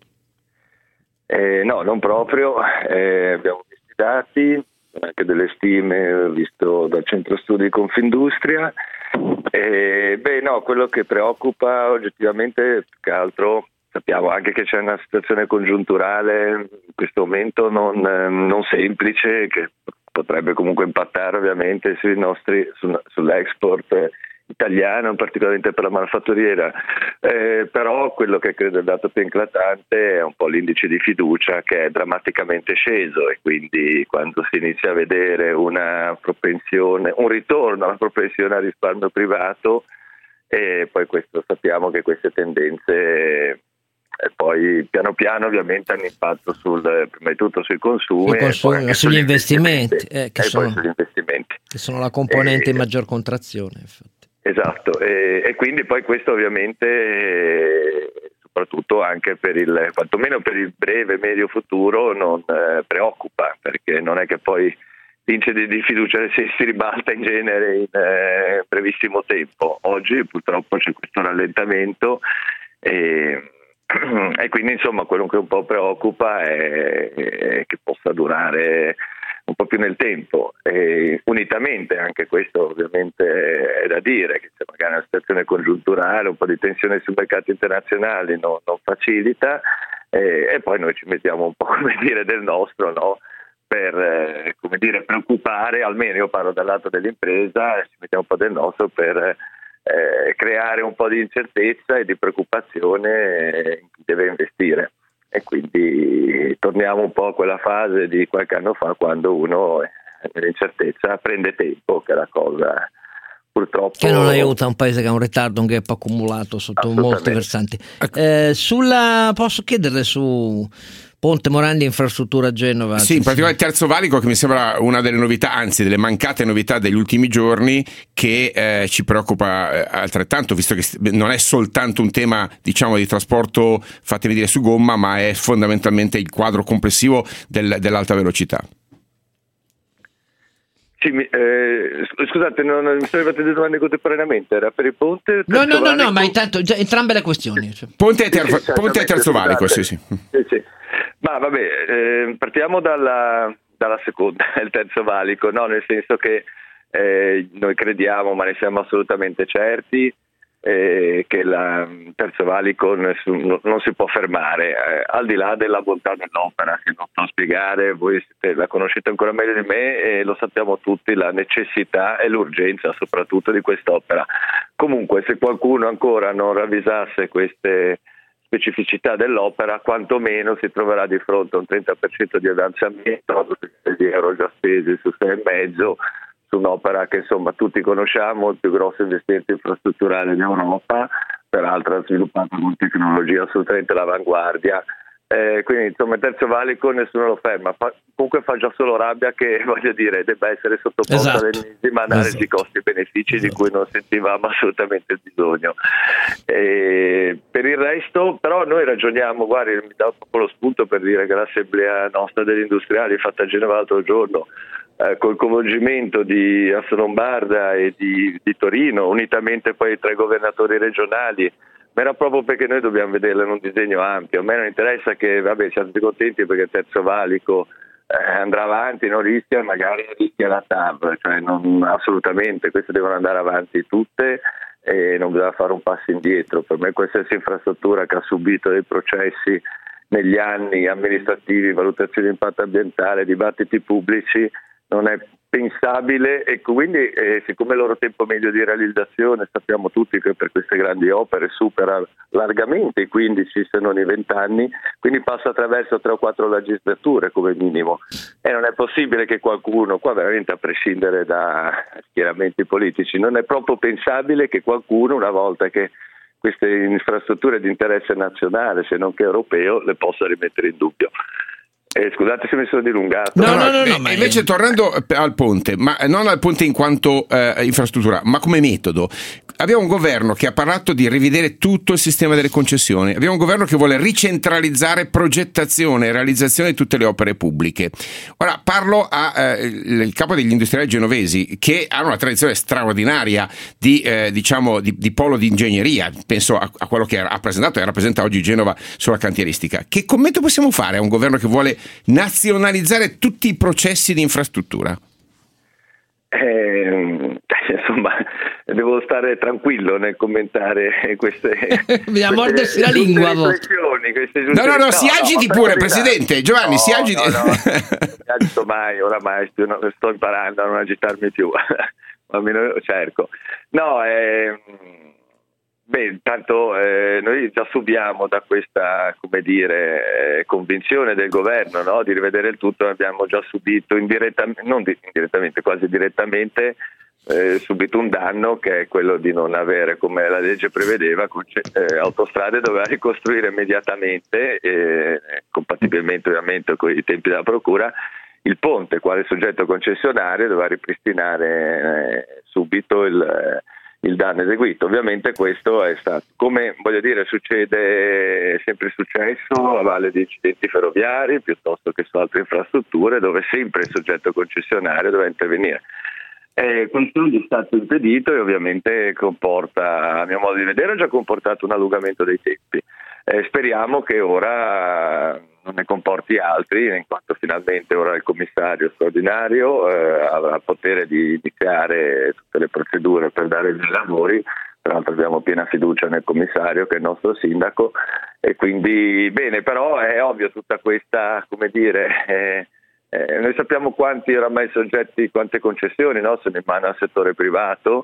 Eh, no, non proprio, eh, abbiamo visto i dati, anche delle stime visto dal centro studi di Confindustria. Eh, beh no, quello che preoccupa oggettivamente, più che altro, sappiamo anche che c'è una situazione congiunturale in questo momento non, non semplice, che potrebbe comunque impattare ovviamente sui nostri, su, sull'export italiano, particolarmente per la manifatturiera, eh, però quello che credo è il dato più eclatante è un po' l'indice di fiducia, che è drammaticamente sceso, e quindi quando si inizia a vedere una propensione, un ritorno alla propensione al risparmio privato, e poi questo sappiamo che queste tendenze e poi piano piano ovviamente hanno impatto sul, prima di tutto sui consumi, consumi e poi anche sugli, sugli investimenti, investimenti, eh, che, e sono, poi sugli investimenti che sono la componente e, in maggior contrazione, infatti. Esatto, e, e quindi poi questo ovviamente eh, soprattutto anche per il, quantomeno per il breve medio futuro, non eh, preoccupa, perché non è che poi l'indice di fiducia si, si ribalta in genere in eh, brevissimo tempo. Oggi purtroppo c'è questo rallentamento e E quindi insomma quello che un po' preoccupa è, è che possa durare un po' più nel tempo, e unitamente anche questo ovviamente è da dire, che c'è magari una situazione congiunturale, un po' di tensione sui mercati internazionali non, non facilita, e, e poi noi ci mettiamo un po', come dire, del nostro, no? Per eh, come dire, preoccupare, almeno io parlo dal lato dell'impresa, ci mettiamo un po' del nostro per Eh, creare un po' di incertezza e di preoccupazione in chi deve investire, e quindi torniamo un po' a quella fase di qualche anno fa, quando uno nell'incertezza prende tempo, che è la cosa purtroppo che non aiuta un paese che ha un ritardo, un gap accumulato sotto molti versanti. Eh, sulla posso chiederle su Ponte Morandi, infrastruttura a Genova? Sì, in particolare il Terzo Valico, che mi sembra una delle novità, anzi delle mancate novità degli ultimi giorni, che eh, ci preoccupa eh, altrettanto, visto che non è soltanto un tema, diciamo, di trasporto, fatemi dire, su gomma, ma è fondamentalmente il quadro complessivo del, dell'alta velocità. Sì, mi, eh, scusate, non, non mi sono arrivate due domande contemporaneamente, era per il ponte? No, no, no, no, ma intanto già, entrambe le questioni. Cioè. Ponte e ter- sì, Ponte e Terzo Valico, sì, sì. sì, sì. Ma vabbè, eh, partiamo dalla, dalla seconda, il Terzo Valico, no? Nel senso che eh, noi crediamo, ma ne siamo assolutamente certi, eh, che il Terzo Valico nessun, non si può fermare, eh, al di là della bontà dell'opera, che non sto a spiegare, voi siete, la conoscete ancora meglio di me e lo sappiamo tutti, la necessità e l'urgenza soprattutto di quest'opera. Comunque, se qualcuno ancora non ravvisasse queste specificità dell'opera, quantomeno si troverà di fronte a un trenta per cento di avanzamento, di euro già spesi su sei e mezzo, su un'opera che insomma tutti conosciamo, il più grosso investimento infrastrutturale in Europa, peraltro sviluppata con tecnologia assolutamente all'avanguardia. Eh, quindi insomma il Terzo Valico nessuno lo ferma, fa, comunque fa già solo rabbia che, voglio dire, debba essere sottoposta esatto. all'ennesima analisi esatto. costi e benefici esatto. di cui non sentivamo assolutamente il bisogno. E per il resto però noi ragioniamo, guardi, mi dà proprio lo spunto per dire che l'assemblea nostra degli industriali fatta a Genova l'altro giorno, eh, col coinvolgimento di Assolombarda e di, di Torino, unitamente poi ai tre governatori regionali, ma era proprio perché noi dobbiamo vederla in un disegno ampio. A me non interessa che, vabbè, siamo tutti contenti perché il Terzo Valico eh, andrà avanti, non rischia, magari rischia la T A V, cioè non, assolutamente, queste devono andare avanti tutte e non bisogna fare un passo indietro. Per me qualsiasi infrastruttura che ha subito dei processi negli anni amministrativi, valutazioni di impatto ambientale, dibattiti pubblici, non è pensabile, e quindi eh, siccome il loro tempo medio di realizzazione sappiamo tutti che per queste grandi opere supera largamente i quindici se non i venti anni, quindi passa attraverso tre o quattro legislature come minimo, e non è possibile che qualcuno, qua veramente a prescindere da schieramenti politici, non è proprio pensabile che qualcuno, una volta che queste infrastrutture di interesse nazionale se non che europeo, le possa rimettere in dubbio. Eh, scusate se mi sono dilungato. No, no, no, no, no, invece tornando al ponte, ma non al ponte in quanto eh, infrastruttura, ma come metodo. Abbiamo un governo che ha parlato di rivedere tutto il sistema delle concessioni, abbiamo un governo che vuole ricentralizzare progettazione e realizzazione di tutte le opere pubbliche. Ora parlo al eh, capo degli industriali genovesi, che hanno una tradizione straordinaria di, eh, diciamo, di, di polo di ingegneria, penso a, a quello che ha rappresentato e rappresenta oggi Genova sulla cantieristica. Che commento possiamo fare a un governo che vuole nazionalizzare tutti i processi di infrastruttura? Eh, insomma, devo stare tranquillo nel commentare queste. Bisogna mordersi la lingua. Queste no, no, no, si no, agiti no, pure, Presidente. Giovanni, no, si agiti. No, no, non mi agito mai, oramai sto imparando a non agitarmi più, almeno cerco. No, eh, beh, intanto eh, noi già subiamo da questa, come dire, eh, convinzione del governo, no, di rivedere il tutto, abbiamo già subito indirettamente, non di, indirettamente, quasi direttamente, eh, subito un danno, che è quello di non avere, come la legge prevedeva, eh, autostrade doveva ricostruire immediatamente, eh, compatibilmente ovviamente con i tempi della procura, il ponte, quale soggetto concessionario doveva ripristinare eh, subito il... Eh, il danno eseguito. Ovviamente questo è stato, come voglio dire, succede, è sempre successo a valle di incidenti ferroviari piuttosto che su altre infrastrutture, dove sempre il soggetto concessionario deve intervenire. Eh, questo è stato impedito e ovviamente comporta, a mio modo di vedere, ha già comportato un allungamento dei tempi. Eh, speriamo che ora non ne comporti altri, in quanto finalmente ora il commissario straordinario eh, avrà il potere di iniziare tutte le procedure per dare dei lavori. Tra l'altro abbiamo piena fiducia nel commissario, che è il nostro sindaco, e quindi bene, però è ovvio tutta questa, come dire, eh, eh, noi sappiamo quanti oramai soggetti, quante concessioni, no, sono in mano al settore privato,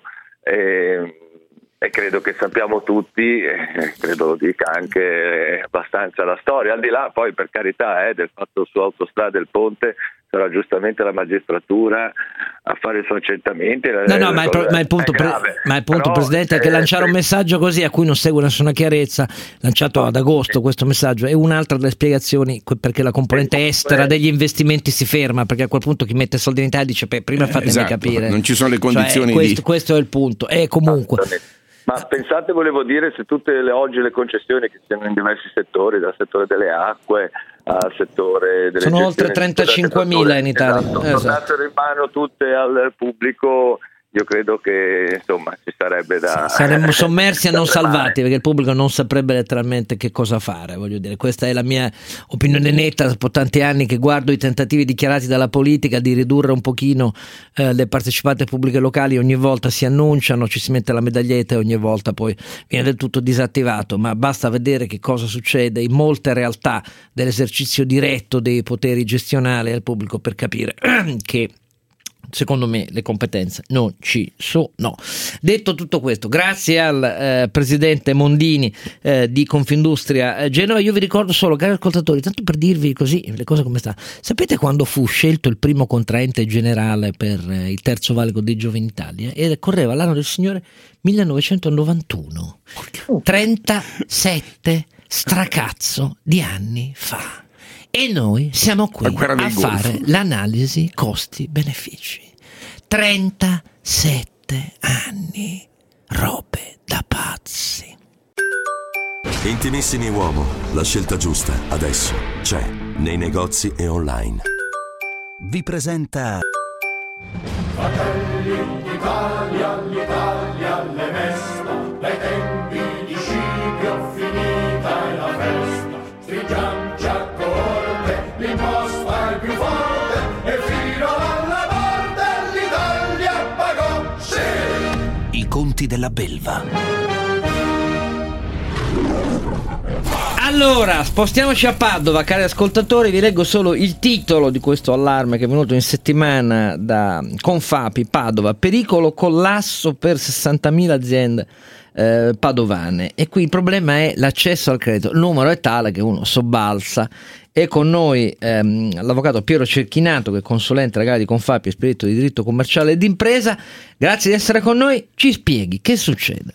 eh, e credo che sappiamo tutti, eh, credo lo dica anche abbastanza la storia, al di là poi, per carità, eh, del fatto su autostrada del ponte sarà giustamente la magistratura a fare i suoi accertamenti. No, no, ma il, pro, ma il punto, pre, ma il punto Però, Presidente, è che eh, lanciare eh, un messaggio così a cui non segue nessuna chiarezza, lanciato ad agosto questo messaggio, è un'altra delle spiegazioni perché la componente eh, estera degli investimenti si ferma, perché a quel punto chi mette soldi in Italia dice prima fatemi esatto, capire. Non ci sono le condizioni, cioè, questo, di... questo è il punto. E comunque... Ma pensate, volevo dire, se tutte le oggi le concessioni che siano in diversi settori, dal settore delle acque al settore delle sono oltre trentacinquemila in Italia, esatto, esatto. tornassero in mano tutte al pubblico, io credo che insomma ci sarebbe da saremmo sommersi e non tremare. salvati, perché il pubblico non saprebbe letteralmente che cosa fare, voglio dire, questa è la mia opinione netta dopo tanti anni che guardo i tentativi dichiarati dalla politica di ridurre un pochino eh, le partecipate pubbliche locali, ogni volta si annunciano, ci si mette la medaglietta e ogni volta poi viene del tutto disattivato, ma basta vedere che cosa succede in molte realtà dell'esercizio diretto dei poteri gestionali al pubblico per capire che secondo me le competenze non ci sono. Detto tutto questo, grazie al eh, presidente Mondini eh, di Confindustria eh, Genova. Io vi ricordo solo, cari ascoltatori, tanto per dirvi così le cose come sta, sapete quando fu scelto il primo contraente generale per eh, il terzo valico dei Giovani Italia? E correva l'anno del Signore millenovecentonovantuno, trentasette stracazzo di anni fa. E noi siamo qui a fare l'analisi costi-benefici. trentasette anni, robe da pazzi. Intimissimi uomo, la scelta giusta adesso c'è nei negozi e online. Vi presenta Fratelli d'Italia, l'Italia le mesta, dai tempi di Scipio finita è la festa, stringiamo l'imposta è più forte e fino alla morte l'Italia pagò, sì! I conti della belva. Allora, spostiamoci a Padova, cari ascoltatori, vi leggo solo il titolo di questo allarme che è venuto in settimana da Confapi Padova: pericolo collasso per sessantamila aziende eh, padovane. E qui il problema è l'accesso al credito, il numero è tale che uno sobbalza. È con noi ehm, l'avvocato Piero Cecchinato, che è consulente legale di Confapi, esperto di diritto commerciale e d'impresa. Grazie di essere con noi, ci spieghi che succede?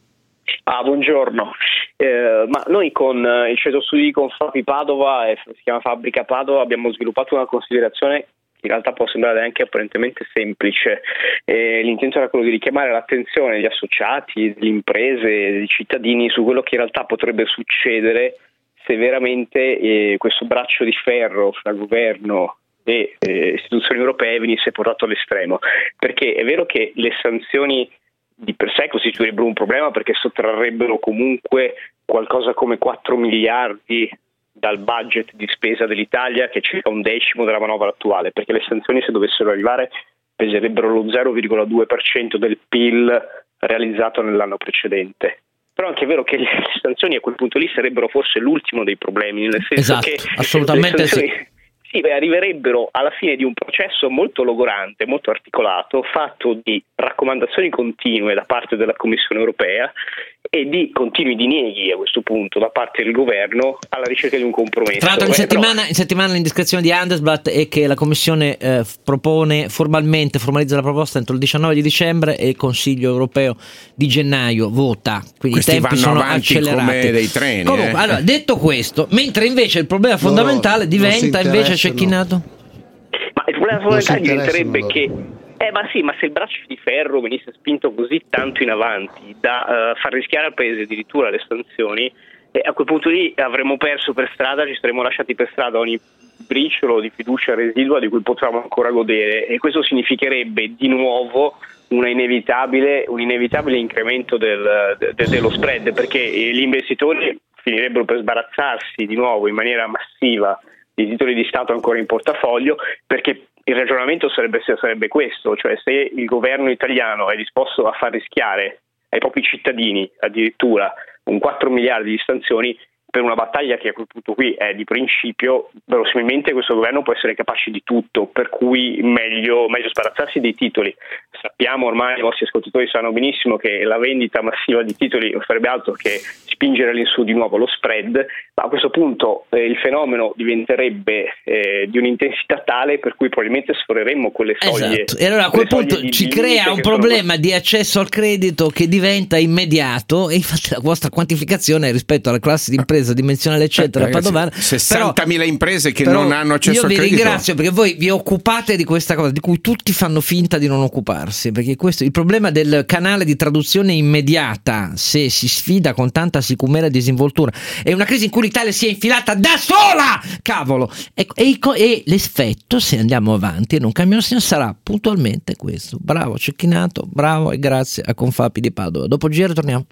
Ah, buongiorno. Eh, ma noi con eh, il centro studi di Confapi Padova, eh, si chiama Fabbrica Padova, abbiamo sviluppato una considerazione che in realtà può sembrare anche apparentemente semplice. Eh, l'intento era quello di richiamare l'attenzione degli associati, delle imprese, dei cittadini su quello che in realtà potrebbe succedere se veramente eh, questo braccio di ferro fra governo e eh, istituzioni europee venisse portato all'estremo. Perché è vero che le sanzioni di per sé costituirebbero un problema, perché sottrarrebbero comunque qualcosa come quattro miliardi dal budget di spesa dell'Italia, che è circa un decimo della manovra attuale, perché le sanzioni, se dovessero arrivare, peserebbero lo zero virgola due per cento del P I L realizzato nell'anno precedente. Però anche è vero che le sanzioni a quel punto lì sarebbero forse l'ultimo dei problemi, nel senso esatto, che assolutamente sanzioni, sì. Sì, beh, arriverebbero alla fine di un processo molto logorante, molto articolato, fatto di raccomandazioni continue da parte della Commissione europea e di continui dinieghi a questo punto da parte del governo alla ricerca di un compromesso. Tra l'altro in eh, settimana, però... in settimana l'indiscrezione di Handelsblatt è che la Commissione eh, propone formalmente, formalizza la proposta entro il diciannove di dicembre e il Consiglio europeo di gennaio vota, quindi Questi i tempi vanno sono avanti accelerati come dei treni. Comunque, eh. allora, detto questo, mentre invece il problema Loro fondamentale diventa invece Cecchinato? Ma il problema fondamentale diventerebbe che Eh ma sì, ma se il braccio di ferro venisse spinto così tanto in avanti da uh, far rischiare al paese addirittura le sanzioni, eh, a quel punto lì avremmo perso per strada, ci saremmo lasciati per strada ogni briciolo di fiducia residua di cui potevamo ancora godere, e questo significherebbe di nuovo una inevitabile, un inevitabile incremento del, de, dello spread, perché gli investitori finirebbero per sbarazzarsi di nuovo in maniera massiva di titoli di Stato ancora in portafoglio, perché il ragionamento sarebbe, sarebbe questo, cioè se il governo italiano è disposto a far rischiare ai propri cittadini addirittura un quattro miliardi di sanzioni per una battaglia che a quel punto qui è di principio, verosimilmente questo governo può essere capace di tutto, per cui meglio, meglio sbarazzarsi dei titoli. Sappiamo ormai, i vostri ascoltatori sanno benissimo che la vendita massiva di titoli non farebbe altro che spingere all'insù di nuovo lo spread, ma a questo punto eh, il fenomeno diventerebbe eh, di un'intensità tale per cui probabilmente sforeremmo quelle soglie. Esatto. E allora a quel punto di, ci di crea un problema sono... di accesso al credito che diventa immediato, e infatti la vostra quantificazione rispetto alla classe di impresa dimensionale eccetera, ragazzi, padovana, sessantamila imprese che però non hanno accesso al credito. Io vi ringrazio perché voi vi occupate di questa cosa di cui tutti fanno finta di non occuparsi, perché questo il problema del canale di traduzione immediata, se si sfida con tanta sicumera e disinvoltura, è una crisi in cui l'Italia si è infilata da sola, cavolo, e, e, e l'effetto, se andiamo avanti e non cambiano segno, sarà puntualmente questo. Bravo Cecchinato, bravo, e grazie a Confapi di Padova. Dopo il giro torniamo.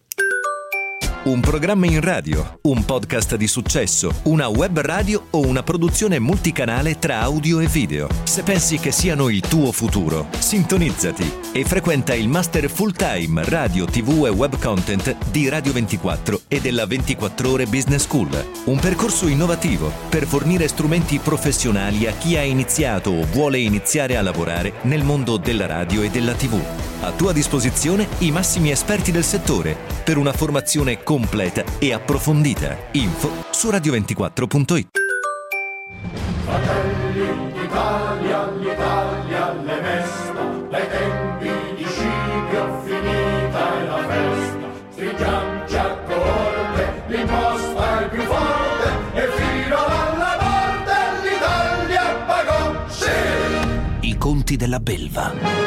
Un programma in radio, un podcast di successo, una web radio o una produzione multicanale tra audio e video. Se pensi che siano il tuo futuro, sintonizzati e frequenta il master full time radio, tv e web content di Radio ventiquattro e della ventiquattro Ore Business School. Un percorso innovativo per fornire strumenti professionali a chi ha iniziato o vuole iniziare a lavorare nel mondo della radio e della tv. A tua disposizione i massimi esperti del settore per una formazione completa e approfondita. Info su radio ventiquattro punto it. Fratelli d'Italia, l'Italia alle mesta, dai tempi di Scipio finita è la festa. Stringiamoci a corte, l'imposta è più forte e fino alla morte l'Italia pagò, sì! I conti della belva.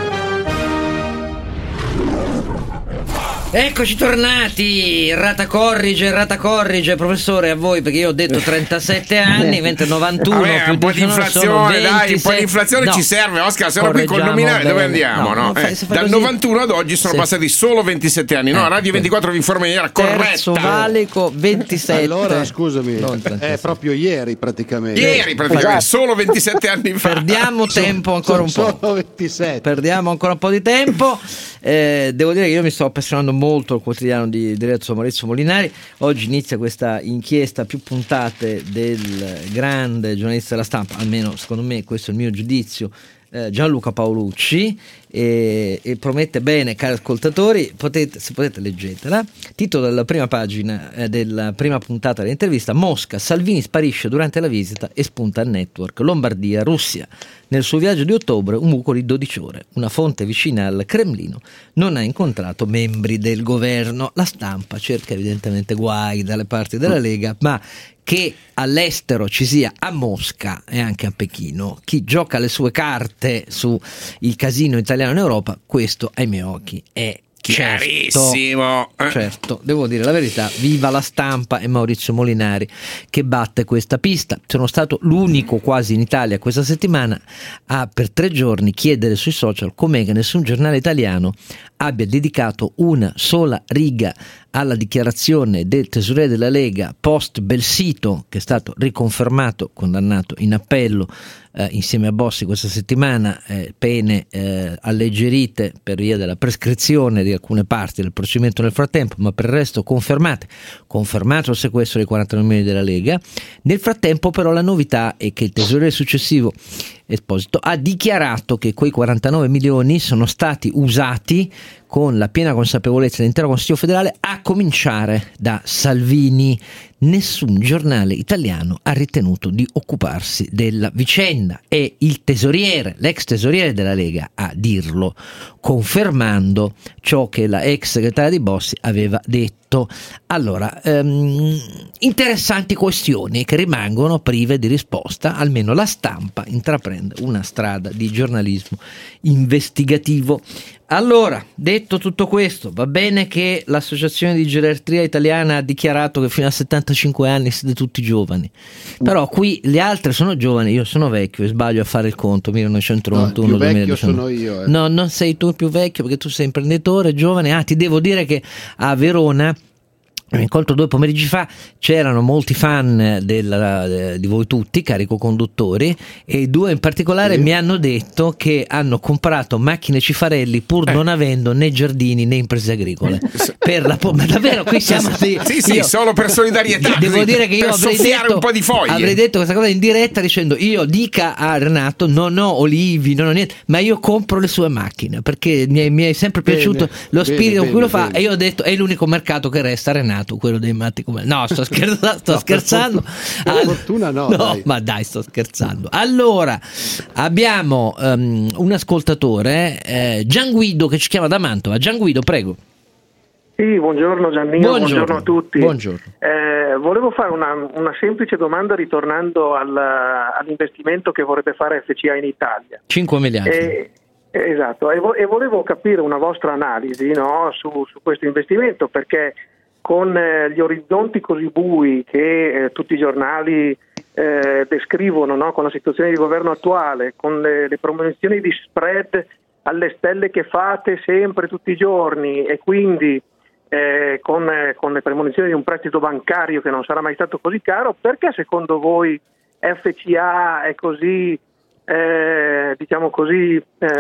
Eccoci tornati, Rata Corrige, Rata Corrige, professore, a voi, perché io ho detto trentasette anni, mentre novantuno Vabbè, più un po' di inflazione, dai, un po' di inflazione no. ci serve, Oscar, se no qui col nominale dove andiamo? No, no? fai, eh, dal così... novantuno ad oggi sono sì. passati solo ventisette anni, no? Eh, Radio ventiquattro vi informa in maniera corretta. Terzo valico, ventisette. Allora, scusami, è proprio ieri praticamente. Ieri praticamente, solo ventisette anni fa. Perdiamo tempo ancora un po'. Solo ventisette. Perdiamo ancora un po' di tempo. Eh, devo dire che io mi sto appassionando molto molto il quotidiano di diretto Maurizio Molinari. Oggi inizia questa inchiesta più puntate del grande giornalista della Stampa, almeno secondo me questo è il mio giudizio, eh, Gianluca Paolucci, e, e promette bene, cari ascoltatori, potete, se potete leggetela. Titolo della prima pagina eh, della prima puntata dell'intervista: Mosca, Salvini sparisce durante la visita e spunta al network. Lombardia, Russia. Nel suo viaggio di ottobre un buco di dodici ore. Una fonte vicina al Cremlino non ha incontrato membri del governo. La Stampa cerca evidentemente guai dalle parti della Lega, ma che all'estero ci sia a Mosca e anche a Pechino chi gioca le sue carte su il casino italiano in Europa, questo ai miei occhi è chiarissimo. Certo, certo, devo dire la verità, viva la Stampa e Maurizio Molinari che batte questa pista. Sono stato l'unico quasi in Italia questa settimana a per tre giorni chiedere sui social com'è che nessun giornale italiano abbia dedicato una sola riga alla dichiarazione del tesoriere della Lega post Belsito, che è stato riconfermato, condannato in appello eh, insieme a Bossi questa settimana, eh, pene eh, alleggerite per via della prescrizione di alcune parti del procedimento nel frattempo, ma per il resto confermate, confermato il sequestro dei quarantanove milioni della Lega. Nel frattempo però la novità è che il tesoriere successivo Esposito ha dichiarato che quei quarantanove milioni sono stati usati con la piena consapevolezza dell'intero Consiglio federale, a cominciare da Salvini. Nessun giornale italiano ha ritenuto di occuparsi della vicenda, e il tesoriere, l'ex tesoriere della Lega, a dirlo, confermando ciò che la ex segretaria di Bossi aveva detto. Allora, ehm, interessanti questioni che rimangono prive di risposta. Almeno la Stampa intraprende una strada di giornalismo investigativo. Allora, detto tutto questo, va bene che l'Associazione di Geriatria Italiana ha dichiarato che fino a settantacinque anni siete tutti giovani, però qui gli altri sono giovani, io sono vecchio e sbaglio a fare il conto, millenovecentonovantuno. No, il più vecchio duemiladiciannove. sono io. Eh. No, non sei tu il più vecchio perché tu sei imprenditore, giovane. Ah, ti devo dire che a Verona, un incontro due pomeriggi fa, c'erano molti fan del, di voi tutti, cari co-conduttori, e due in particolare sì. mi hanno detto che hanno comprato macchine Cifarelli pur eh. non avendo né giardini né imprese agricole. Per la, ma davvero qui siamo sì, sì, sì io, solo per solidarietà. Devo così, dire che io avrei detto, un po' di foglie. avrei detto questa cosa in diretta dicendo: io dica a Renato non ho olivi, non ho niente, ma io compro le sue macchine perché mi è, mi è sempre piaciuto bene, lo spirito con cui lo fa, bene. E io ho detto è l'unico mercato che resta, Renato, quello dei matti come no sto scherzando sto no, scherzando per fortuna, per fortuna no, no dai. Ma dai, sto scherzando. Allora abbiamo um, un ascoltatore, eh, Gian Guido, che ci chiama da Mantova. Gian Guido, prego. Sì, buongiorno Giannino, buongiorno, buongiorno a tutti. Buongiorno. Eh, volevo fare una, una semplice domanda ritornando al, all'investimento che vorrebbe fare F C A in Italia. cinque miliardi. Eh, esatto, e, vo- e volevo capire una vostra analisi, no, su, su questo investimento, perché con eh, gli orizzonti così bui che eh, tutti i giornali eh, descrivono, no, con la situazione di governo attuale, con le, le promonizioni di spread alle stelle che fate sempre tutti i giorni, e quindi eh, con, eh, con le premonizioni di un prestito bancario che non sarà mai stato così caro, perché secondo voi F C A è così, eh, diciamo così,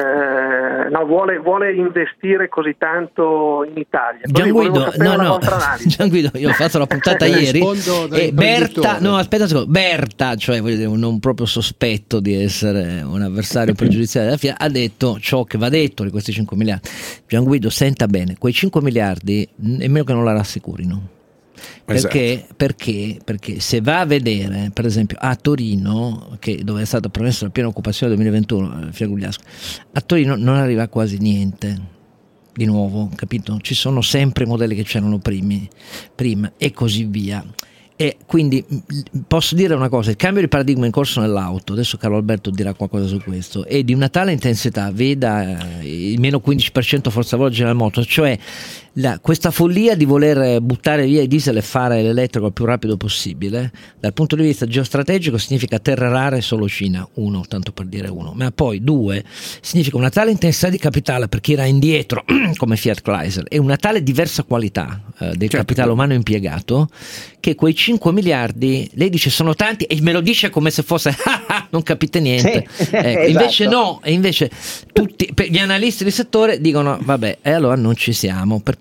eh, no, vuole, vuole investire così tanto in Italia? Gian Guido, no, no, Gian Guido, io ho fatto la puntata ieri e Berta, no, aspetta un secondo, Berta, cioè voglio dire, non proprio sospetto di essere un avversario pregiudiziale della F I A, ha detto ciò che va detto di questi cinque miliardi. Gian Guido, senta bene, quei cinque miliardi nemmeno che non la rassicurino. Perché, esatto. perché, perché se va a vedere per esempio a Torino, che dove è stata promessa la piena occupazione del duemilaventuno, Fiagugliasco, a Torino non arriva quasi niente di nuovo, capito? Ci sono sempre i modelli che c'erano primi, prima e così via. E quindi posso dire una cosa: il cambio di paradigma in corso nell'auto, adesso Carlo Alberto dirà qualcosa su questo, è di una tale intensità, veda il meno quindici per cento forza lavoro General Motors, cioè la, questa follia di voler buttare via i diesel e fare l'elettrico il più rapido possibile, dal punto di vista geostrategico significa terra rare solo Cina, uno, tanto per dire uno, ma poi due, significa una tale intensità di capitale per chi era indietro come Fiat Chrysler e una tale diversa qualità eh, del certo. capitale umano impiegato, che quei cinque miliardi, lei dice sono tanti e me lo dice come se fosse non capite niente, sì, ecco, esatto. Invece no, e invece tutti gli analisti del settore dicono vabbè, e allora non ci siamo, perché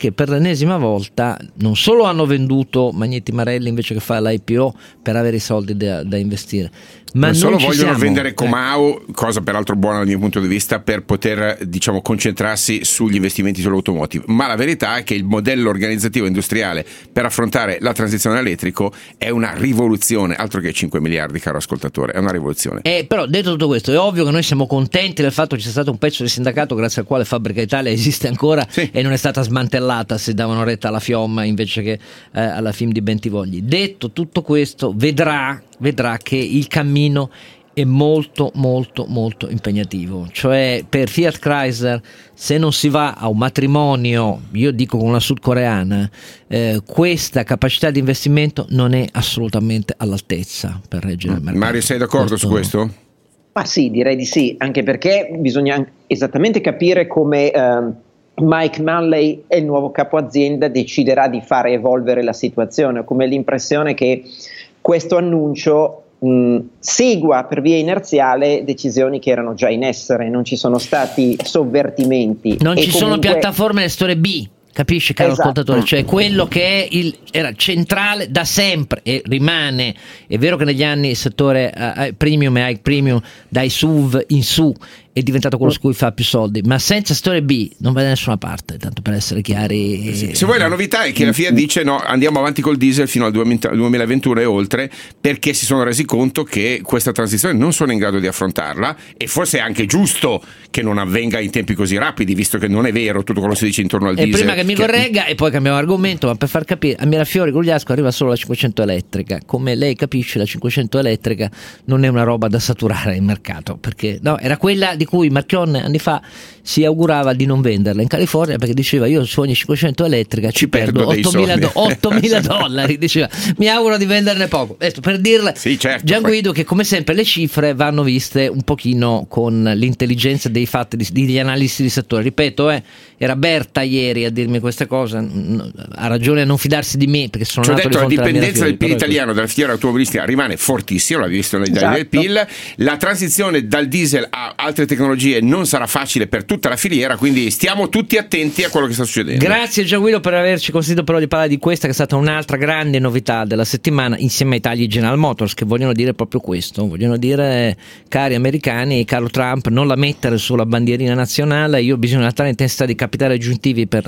perché per l'ennesima volta non solo hanno venduto Magneti Marelli invece che fare l'I P O per avere i soldi da, da investire, ma non, non solo ci vogliono siamo. vendere Comau, cosa peraltro buona dal mio punto di vista, per poter, diciamo, concentrarsi sugli investimenti sull'automotive, ma la verità è che il modello organizzativo industriale per affrontare la transizione elettrico è una rivoluzione, altro che cinque miliardi, caro ascoltatore, è una rivoluzione. Eh, però detto tutto questo, è ovvio che noi siamo contenti del fatto che ci sia stato un pezzo di sindacato grazie al quale Fabbrica Italia esiste ancora, sì, e non è stata smantellata se davano retta alla Fiomma invece che eh, alla F I M di Bentivogli. Detto tutto questo, vedrà vedrà che il cammino è molto molto molto impegnativo, cioè per Fiat Chrysler, se non si va a un matrimonio, io dico con la sudcoreana, eh, questa capacità di investimento non è assolutamente all'altezza per reggere il mercato. Mario, sei d'accordo questo... su questo? Ma sì, direi di sì, anche perché bisogna esattamente capire come eh, Mike Manley e il nuovo capo azienda deciderà di fare evolvere la situazione. Ho come l'impressione che questo annuncio mh, segua per via inerziale decisioni che erano già in essere, non ci sono stati sovvertimenti. Non e ci comunque... sono piattaforme nelle storie B. Capisci, caro esatto. ascoltatore? Cioè quello che è il, era centrale da sempre e rimane. È vero che negli anni il settore uh, premium e high premium dai S U V in su è diventato quello su cui fa più soldi, ma senza storia B non va da nessuna parte, tanto per essere chiari. Sì, se vuoi, la novità è che la Fiat dice no, andiamo avanti col diesel fino al duemilaventuno e oltre, perché si sono resi conto che questa transizione non sono in grado di affrontarla, e forse è anche giusto che non avvenga in tempi così rapidi, visto che non è vero tutto quello che si dice intorno al e diesel. Prima che mi corregga e poi cambiamo argomento, ma per far capire, a Mirafiori Gugliasco arriva solo la cinquecento elettrica. Come lei capisce, la cinquecento elettrica non è una roba da saturare il mercato, perché no, era quella di cui Marchionne anni fa si augurava di non venderla in California, perché diceva io su ogni cinquecento elettrica ci, ci perdo ottomila dollari, diceva mi auguro di venderne poco. Adesso, per dirla, sì, certo, Gianguido, poi... che come sempre le cifre vanno viste un pochino con l'intelligenza dei fatti di, degli analisti di settore. Ripeto, eh, era Berta ieri a dirmi questa cosa, ha ragione a non fidarsi di me, perché sono ci ho nato detto, di la dipendenza del P I L però italiano dalla filiera automobilistica rimane fortissima, l'abbiamo visto nei dati esatto. del P I L. La transizione dal diesel a altre tecnologie non sarà facile per tutta la filiera, quindi stiamo tutti attenti a quello che sta succedendo. Grazie Gianguido per averci consentito però di parlare di questa, che è stata un'altra grande novità della settimana, insieme ai tagli General Motors, che vogliono dire proprio questo, vogliono dire, cari americani, caro Trump, non la mettere sulla bandierina nazionale, io ho bisogno di una tale intensità di capitali aggiuntivi per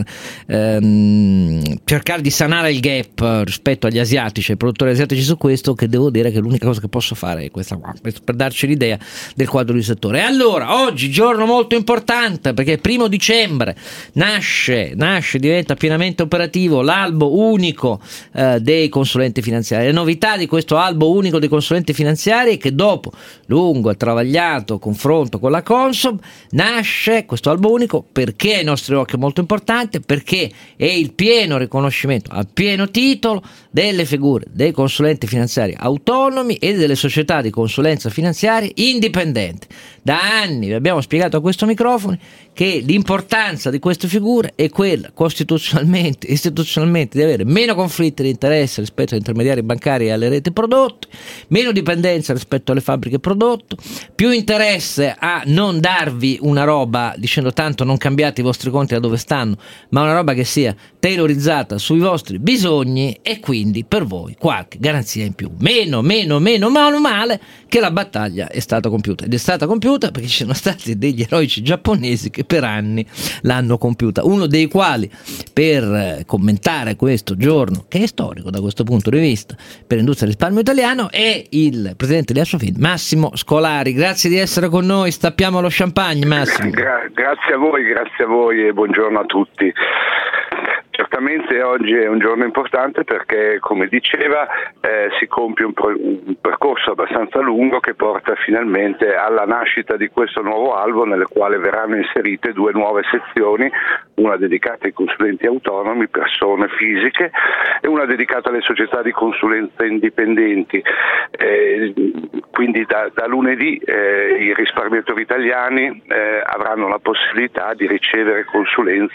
ehm, cercare di sanare il gap rispetto agli asiatici, ai produttori asiatici su questo, che devo dire che l'unica cosa che posso fare è questa qua, per darci l'idea del quadro di settore. E allora, oggi giorno molto importante, perché primo dicembre nasce, nasce, diventa pienamente operativo l'albo unico eh, dei consulenti finanziari. Le novità di questo albo unico dei consulenti finanziari è che dopo lungo e travagliato confronto con la Consob nasce questo albo unico perché ai nostri occhi è molto importante, perché è il pieno riconoscimento a pieno titolo delle figure dei consulenti finanziari autonomi e delle società di consulenza finanziaria indipendenti. Da anni vi abbiamo spiegato a questo microfono che l'importanza di queste figure è quella costituzionalmente, istituzionalmente, di avere meno conflitti di interesse rispetto agli intermediari bancari e alle reti prodotte, meno dipendenza rispetto alle fabbriche prodotto, più interesse a non darvi una roba dicendo tanto non cambiate i vostri conti da dove stanno, ma una roba che sia tailorizzata sui vostri bisogni, e quindi per voi qualche garanzia in più. Meno, meno, meno, meno male che la battaglia è stata compiuta, ed è stata compiuta perché ci sono stati degli eroici giapponesi che per anni l'hanno compiuta, uno dei quali, per commentare questo giorno che è storico da questo punto di vista per l'industria del risparmio italiano, è il presidente di Assofin, Massimo Scolari. Grazie di essere con noi, stappiamo lo champagne, Massimo. Gra- grazie a voi, grazie a voi e buongiorno a tutti. Certamente oggi è un giorno importante perché, come diceva, eh, si compie un, pro- un percorso abbastanza lungo che porta finalmente alla nascita di questo nuovo albo, nelle quale verranno inserite due nuove sezioni, una dedicata ai consulenti autonomi, persone fisiche, e una dedicata alle società di consulenza indipendenti. Eh, quindi da, da lunedì eh, i risparmiatori italiani eh, avranno la possibilità di ricevere consulenza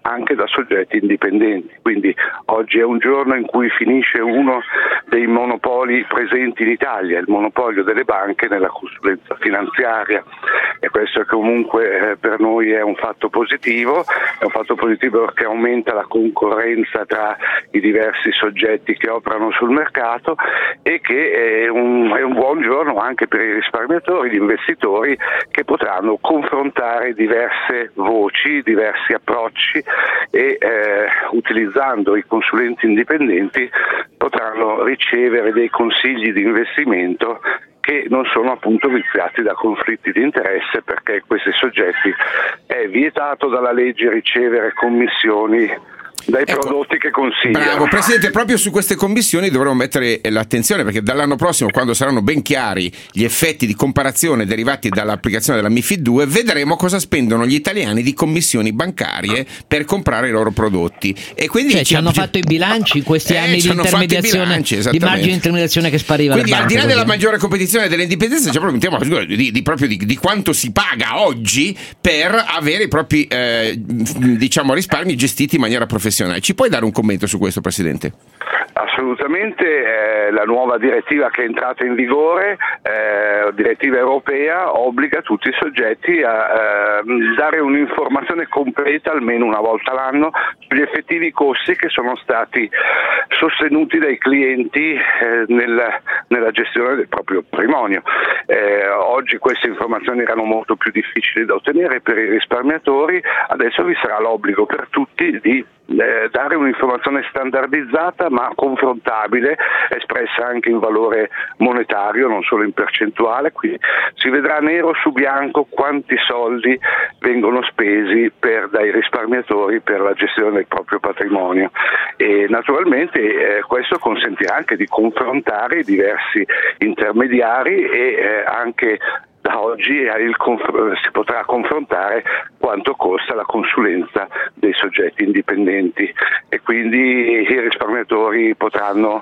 anche da soggetti indipendenti. Quindi oggi è un giorno in cui finisce uno dei monopoli presenti in Italia, il monopolio delle banche nella consulenza finanziaria, e questo comunque eh, per noi è un fatto positivo, è un fatto positivo perché aumenta la concorrenza tra i diversi soggetti che operano sul mercato, e che è un, è un buon giorno anche per i risparmiatori, gli investitori, che potranno confrontare diverse voci, diversi approcci e eh, utilizzando i consulenti indipendenti potranno ricevere dei consigli di investimento che non sono appunto viziati da conflitti di interesse, perché questi soggetti è vietato dalla legge ricevere commissioni dai ecco, prodotti che consigliano. Bravo Presidente, proprio su queste commissioni dovremo mettere l'attenzione, perché dall'anno prossimo, quando saranno ben chiari gli effetti di comparazione derivati dall'applicazione della MiFID due, vedremo cosa spendono gli italiani di commissioni bancarie per comprare i loro prodotti. E quindi cioè, ci hanno fatto i bilanci in questi eh, anni di intermediazione, bilanci, di margine di intermediazione che spariva. Quindi al di là così. della maggiore competizione e dell'indipendenza c'è proprio un tema di, di, proprio di, di quanto si paga oggi per avere i propri eh, diciamo risparmi gestiti in maniera professionale. Ci puoi dare un commento su questo, Presidente? Assolutamente, eh, la nuova direttiva che è entrata in vigore, eh, direttiva europea, obbliga tutti i soggetti a eh, dare un'informazione completa almeno una volta l'anno sugli effettivi costi che sono stati sostenuti dai clienti eh, nel, nella gestione del proprio patrimonio. Eh, oggi queste informazioni erano molto più difficili da ottenere per i risparmiatori, adesso vi sarà l'obbligo per tutti di Eh, dare un'informazione standardizzata ma confrontabile, espressa anche in valore monetario, non solo in percentuale, quindi si vedrà nero su bianco quanti soldi vengono spesi per, dai risparmiatori per la gestione del proprio patrimonio, e naturalmente eh, questo consentirà anche di confrontare i diversi intermediari e eh, anche da oggi il conf- si potrà confrontare quanto costa la consulenza dei soggetti indipendenti, e quindi i risparmiatori potranno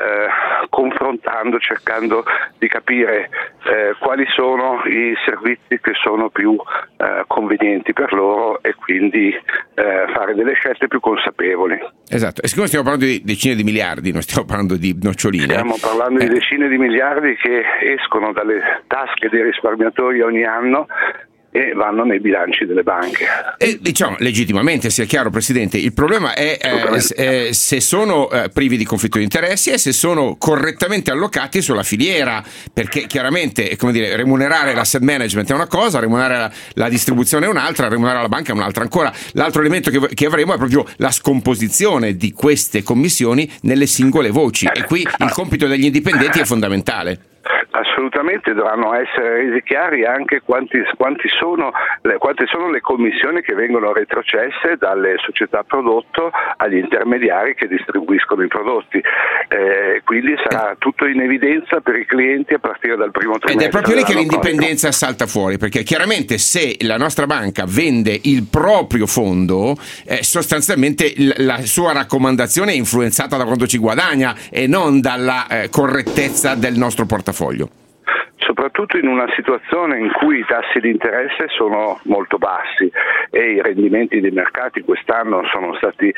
eh, confrontando, cercando di capire eh, quali sono i servizi che sono più eh, convenienti per loro, e quindi eh, fare delle scelte più consapevoli. Esatto, e siccome stiamo parlando di decine di miliardi, non stiamo parlando di noccioline. Stiamo parlando eh. di decine di miliardi che escono dalle tasche dei risparmiatori ogni anno e vanno nei bilanci delle banche. E diciamo legittimamente, sia chiaro Presidente, il problema è eh, se sono eh, privi di conflitto di interessi e se sono correttamente allocati sulla filiera, perché chiaramente, come dire, remunerare l'asset management è una cosa, remunerare la, la distribuzione è un'altra, remunerare la banca è un'altra ancora. L'altro elemento che, che avremo è proprio la scomposizione di queste commissioni nelle singole voci, e qui il compito degli indipendenti è fondamentale. Assolutamente, dovranno essere resi chiari anche quanti, quanti sono le, quante sono le commissioni che vengono retrocesse dalle società prodotto agli intermediari che distribuiscono i prodotti, eh, quindi sarà tutto in evidenza per i clienti a partire dal primo trimestre. Ed è proprio lì che l'indipendenza salta fuori, perché chiaramente se la nostra banca vende il proprio fondo, eh, sostanzialmente la sua raccomandazione è influenzata da quanto ci guadagna e non dalla eh, correttezza del nostro portafoglio. Soprattutto in una situazione in cui i tassi di interesse sono molto bassi e i rendimenti dei mercati quest'anno sono stati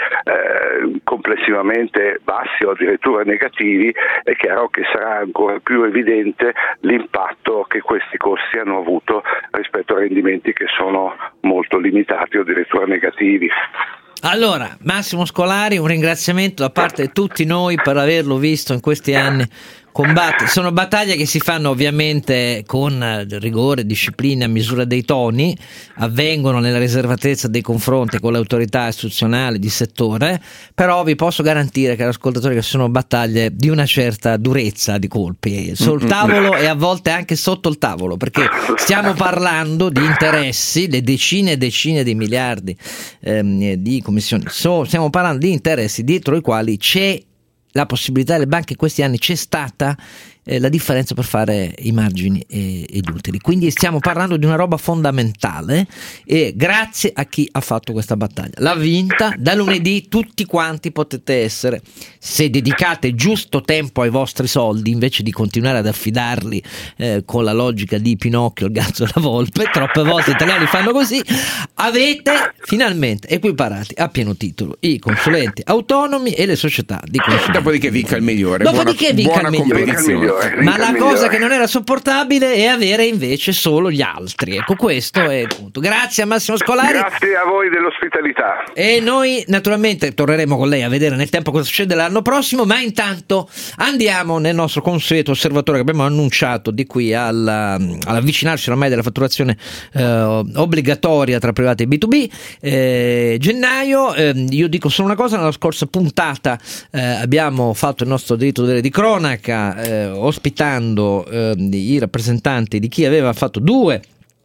eh, complessivamente bassi o addirittura negativi, è chiaro che sarà ancora più evidente l'impatto che questi costi hanno avuto rispetto a rendimenti che sono molto limitati o addirittura negativi. Allora, Massimo Scolari, un ringraziamento da parte di tutti noi per averlo visto in questi anni combattere. Sono battaglie che si fanno ovviamente con rigore, disciplina, misura dei toni, avvengono nella riservatezza dei confronti con le autorità istituzionali di settore, però vi posso garantire che ascoltatori che sono battaglie di una certa durezza di colpi sul tavolo e a volte anche sotto il tavolo, perché stiamo parlando di interessi, le decine e decine di miliardi ehm, di commissioni, so, stiamo parlando di interessi dietro i quali c'è la possibilità delle banche in questi anni, c'è stata eh, la differenza per fare i margini eh, ed utili. Quindi stiamo parlando di una roba fondamentale e grazie a chi ha fatto questa battaglia. L'ha vinta, da lunedì tutti quanti potete essere, se dedicate giusto tempo ai vostri soldi invece di continuare ad affidarli eh, con la logica di Pinocchio, il gatto e la volpe, troppe volte gli italiani fanno così, avete finalmente equiparati a pieno titolo i consulenti autonomi e le società di consulenza. Dopodiché vinca il migliore. Dopodiché vinca buona il migliore. competizione. Ma la cosa che non era sopportabile è avere invece solo gli altri. Ecco, questo è il punto. Grazie a Massimo Scolari. Grazie a voi dell'ospitalità. E noi naturalmente torneremo con lei a vedere nel tempo cosa succede l'anno prossimo, ma intanto andiamo nel nostro consueto osservatorio che abbiamo annunciato di qui alla, all'avvicinarsi ormai della fatturazione eh, obbligatoria tra privati e B due B. Eh, gennaio, eh, io dico solo una cosa: nella scorsa puntata eh, abbiamo fatto il nostro diritto dovere di cronaca eh, ospitando eh, i rappresentanti di chi aveva fatto due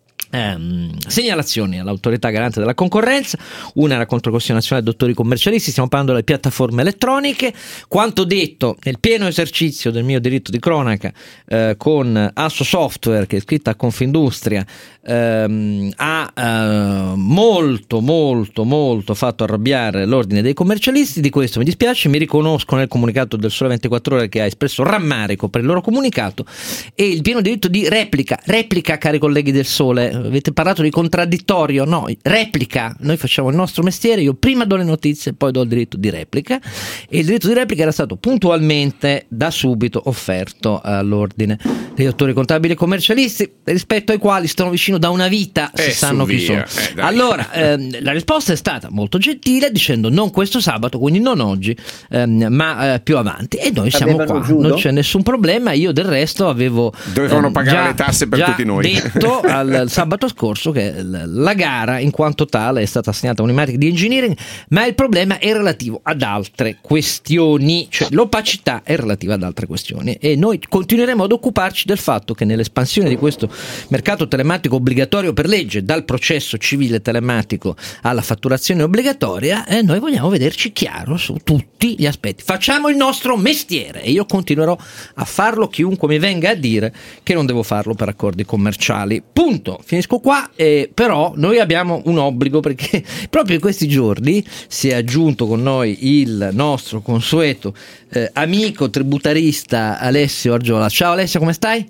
Ehm, segnalazioni all'autorità garante della concorrenza. Una era contro il Consiglio Nazionale dei Dottori Commercialisti, stiamo parlando delle piattaforme elettroniche. Quanto detto nel pieno esercizio del mio diritto di cronaca eh, con Asso Software, che è iscritta a Confindustria, ehm, ha eh, molto molto molto fatto arrabbiare l'ordine dei commercialisti. Di questo mi dispiace, mi riconosco nel comunicato del Sole ventiquattro Ore che ha espresso rammarico per il loro comunicato, e il pieno diritto di replica replica cari colleghi del Sole. Avete parlato di contraddittorio? No, replica. Noi facciamo il nostro mestiere, io prima do le notizie, poi do il diritto di replica, e il diritto di replica era stato puntualmente da subito offerto all'ordine degli autori contabili e commercialisti, rispetto ai quali sto vicino da una vita, eh, si sanno chi sono. Eh, allora, ehm, la risposta è stata molto gentile, dicendo non questo sabato, quindi non oggi, ehm, ma eh, più avanti, e noi siamo Avevano qua, giudo? non c'è nessun problema. Io del resto avevo dovevano ehm, pagare già, le tasse per già tutti noi. detto al sabato scorso che la gara in quanto tale è stata assegnata a Unimatic di Engineering, ma il problema è relativo ad altre questioni, cioè l'opacità è relativa ad altre questioni, e noi continueremo ad occuparci del fatto che nell'espansione di questo mercato telematico obbligatorio per legge, dal processo civile telematico alla fatturazione obbligatoria, eh, noi vogliamo vederci chiaro su tutti gli aspetti. Facciamo il nostro mestiere e io continuerò a farlo, chiunque mi venga a dire che non devo farlo per accordi commerciali. Punto. Finisco qua, eh, però noi abbiamo un obbligo, perché proprio in questi giorni si è aggiunto con noi il nostro consueto eh, amico tributarista Alessio Argiola. Ciao Alessio, come stai?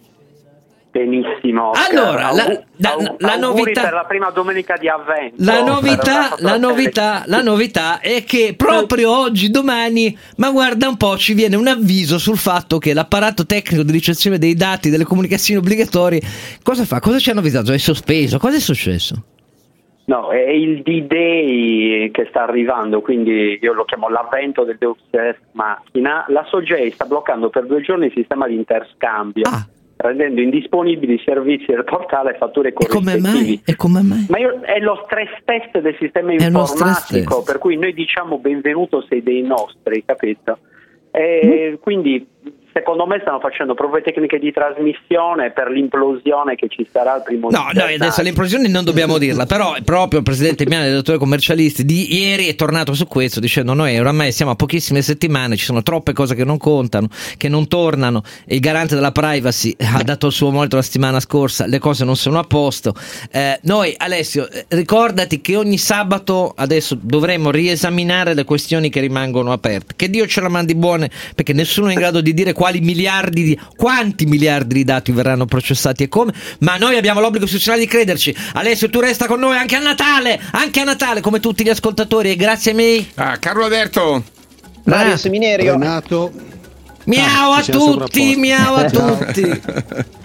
Benissimo. Allora, la, Aug- la, aug- la novità per la prima domenica di avvento. La novità, la novità, la novità è che proprio oggi, domani, ma guarda un po', ci viene un avviso sul fatto che l'apparato tecnico di ricezione dei dati delle comunicazioni obbligatorie cosa fa? Cosa ci hanno avvisato? È sospeso? Cosa è successo? No, è il D-Day che sta arrivando, quindi io lo chiamo l'avvento del Deus Ex Machina. La Sogei sta bloccando per due giorni il sistema di interscambio. Ah. Rendendo indisponibili i servizi del portale e fatture corrispettivi. E come mai? E come mai? Ma io, è lo stress test del sistema È informatico, per cui noi diciamo benvenuto, sei dei nostri, capito? E mm. Quindi secondo me stanno facendo prove tecniche di trasmissione per l'implosione che ci sarà al primo No, no, adesso l'implosione non dobbiamo dirla, però proprio il presidente Miani dei dottori commercialisti di ieri è tornato su questo dicendo noi oramai siamo a pochissime settimane, ci sono troppe cose che non contano, che non tornano, il garante della privacy ha dato il suo monito la settimana scorsa, le cose non sono a posto. Eh, noi Alessio, ricordati che ogni sabato adesso dovremo riesaminare le questioni che rimangono aperte, che Dio ce la mandi buone, perché nessuno è in grado di dire quali miliardi di quanti miliardi di dati verranno processati e come, ma noi abbiamo l'obbligo istituzionale di crederci. Alessio, tu resta con noi anche a Natale, anche a Natale come tutti gli ascoltatori, e grazie a me. Ah, Carlo Alberto, Mario Seminerio, Renato. Miau Ah, a tutti, miau a tutti.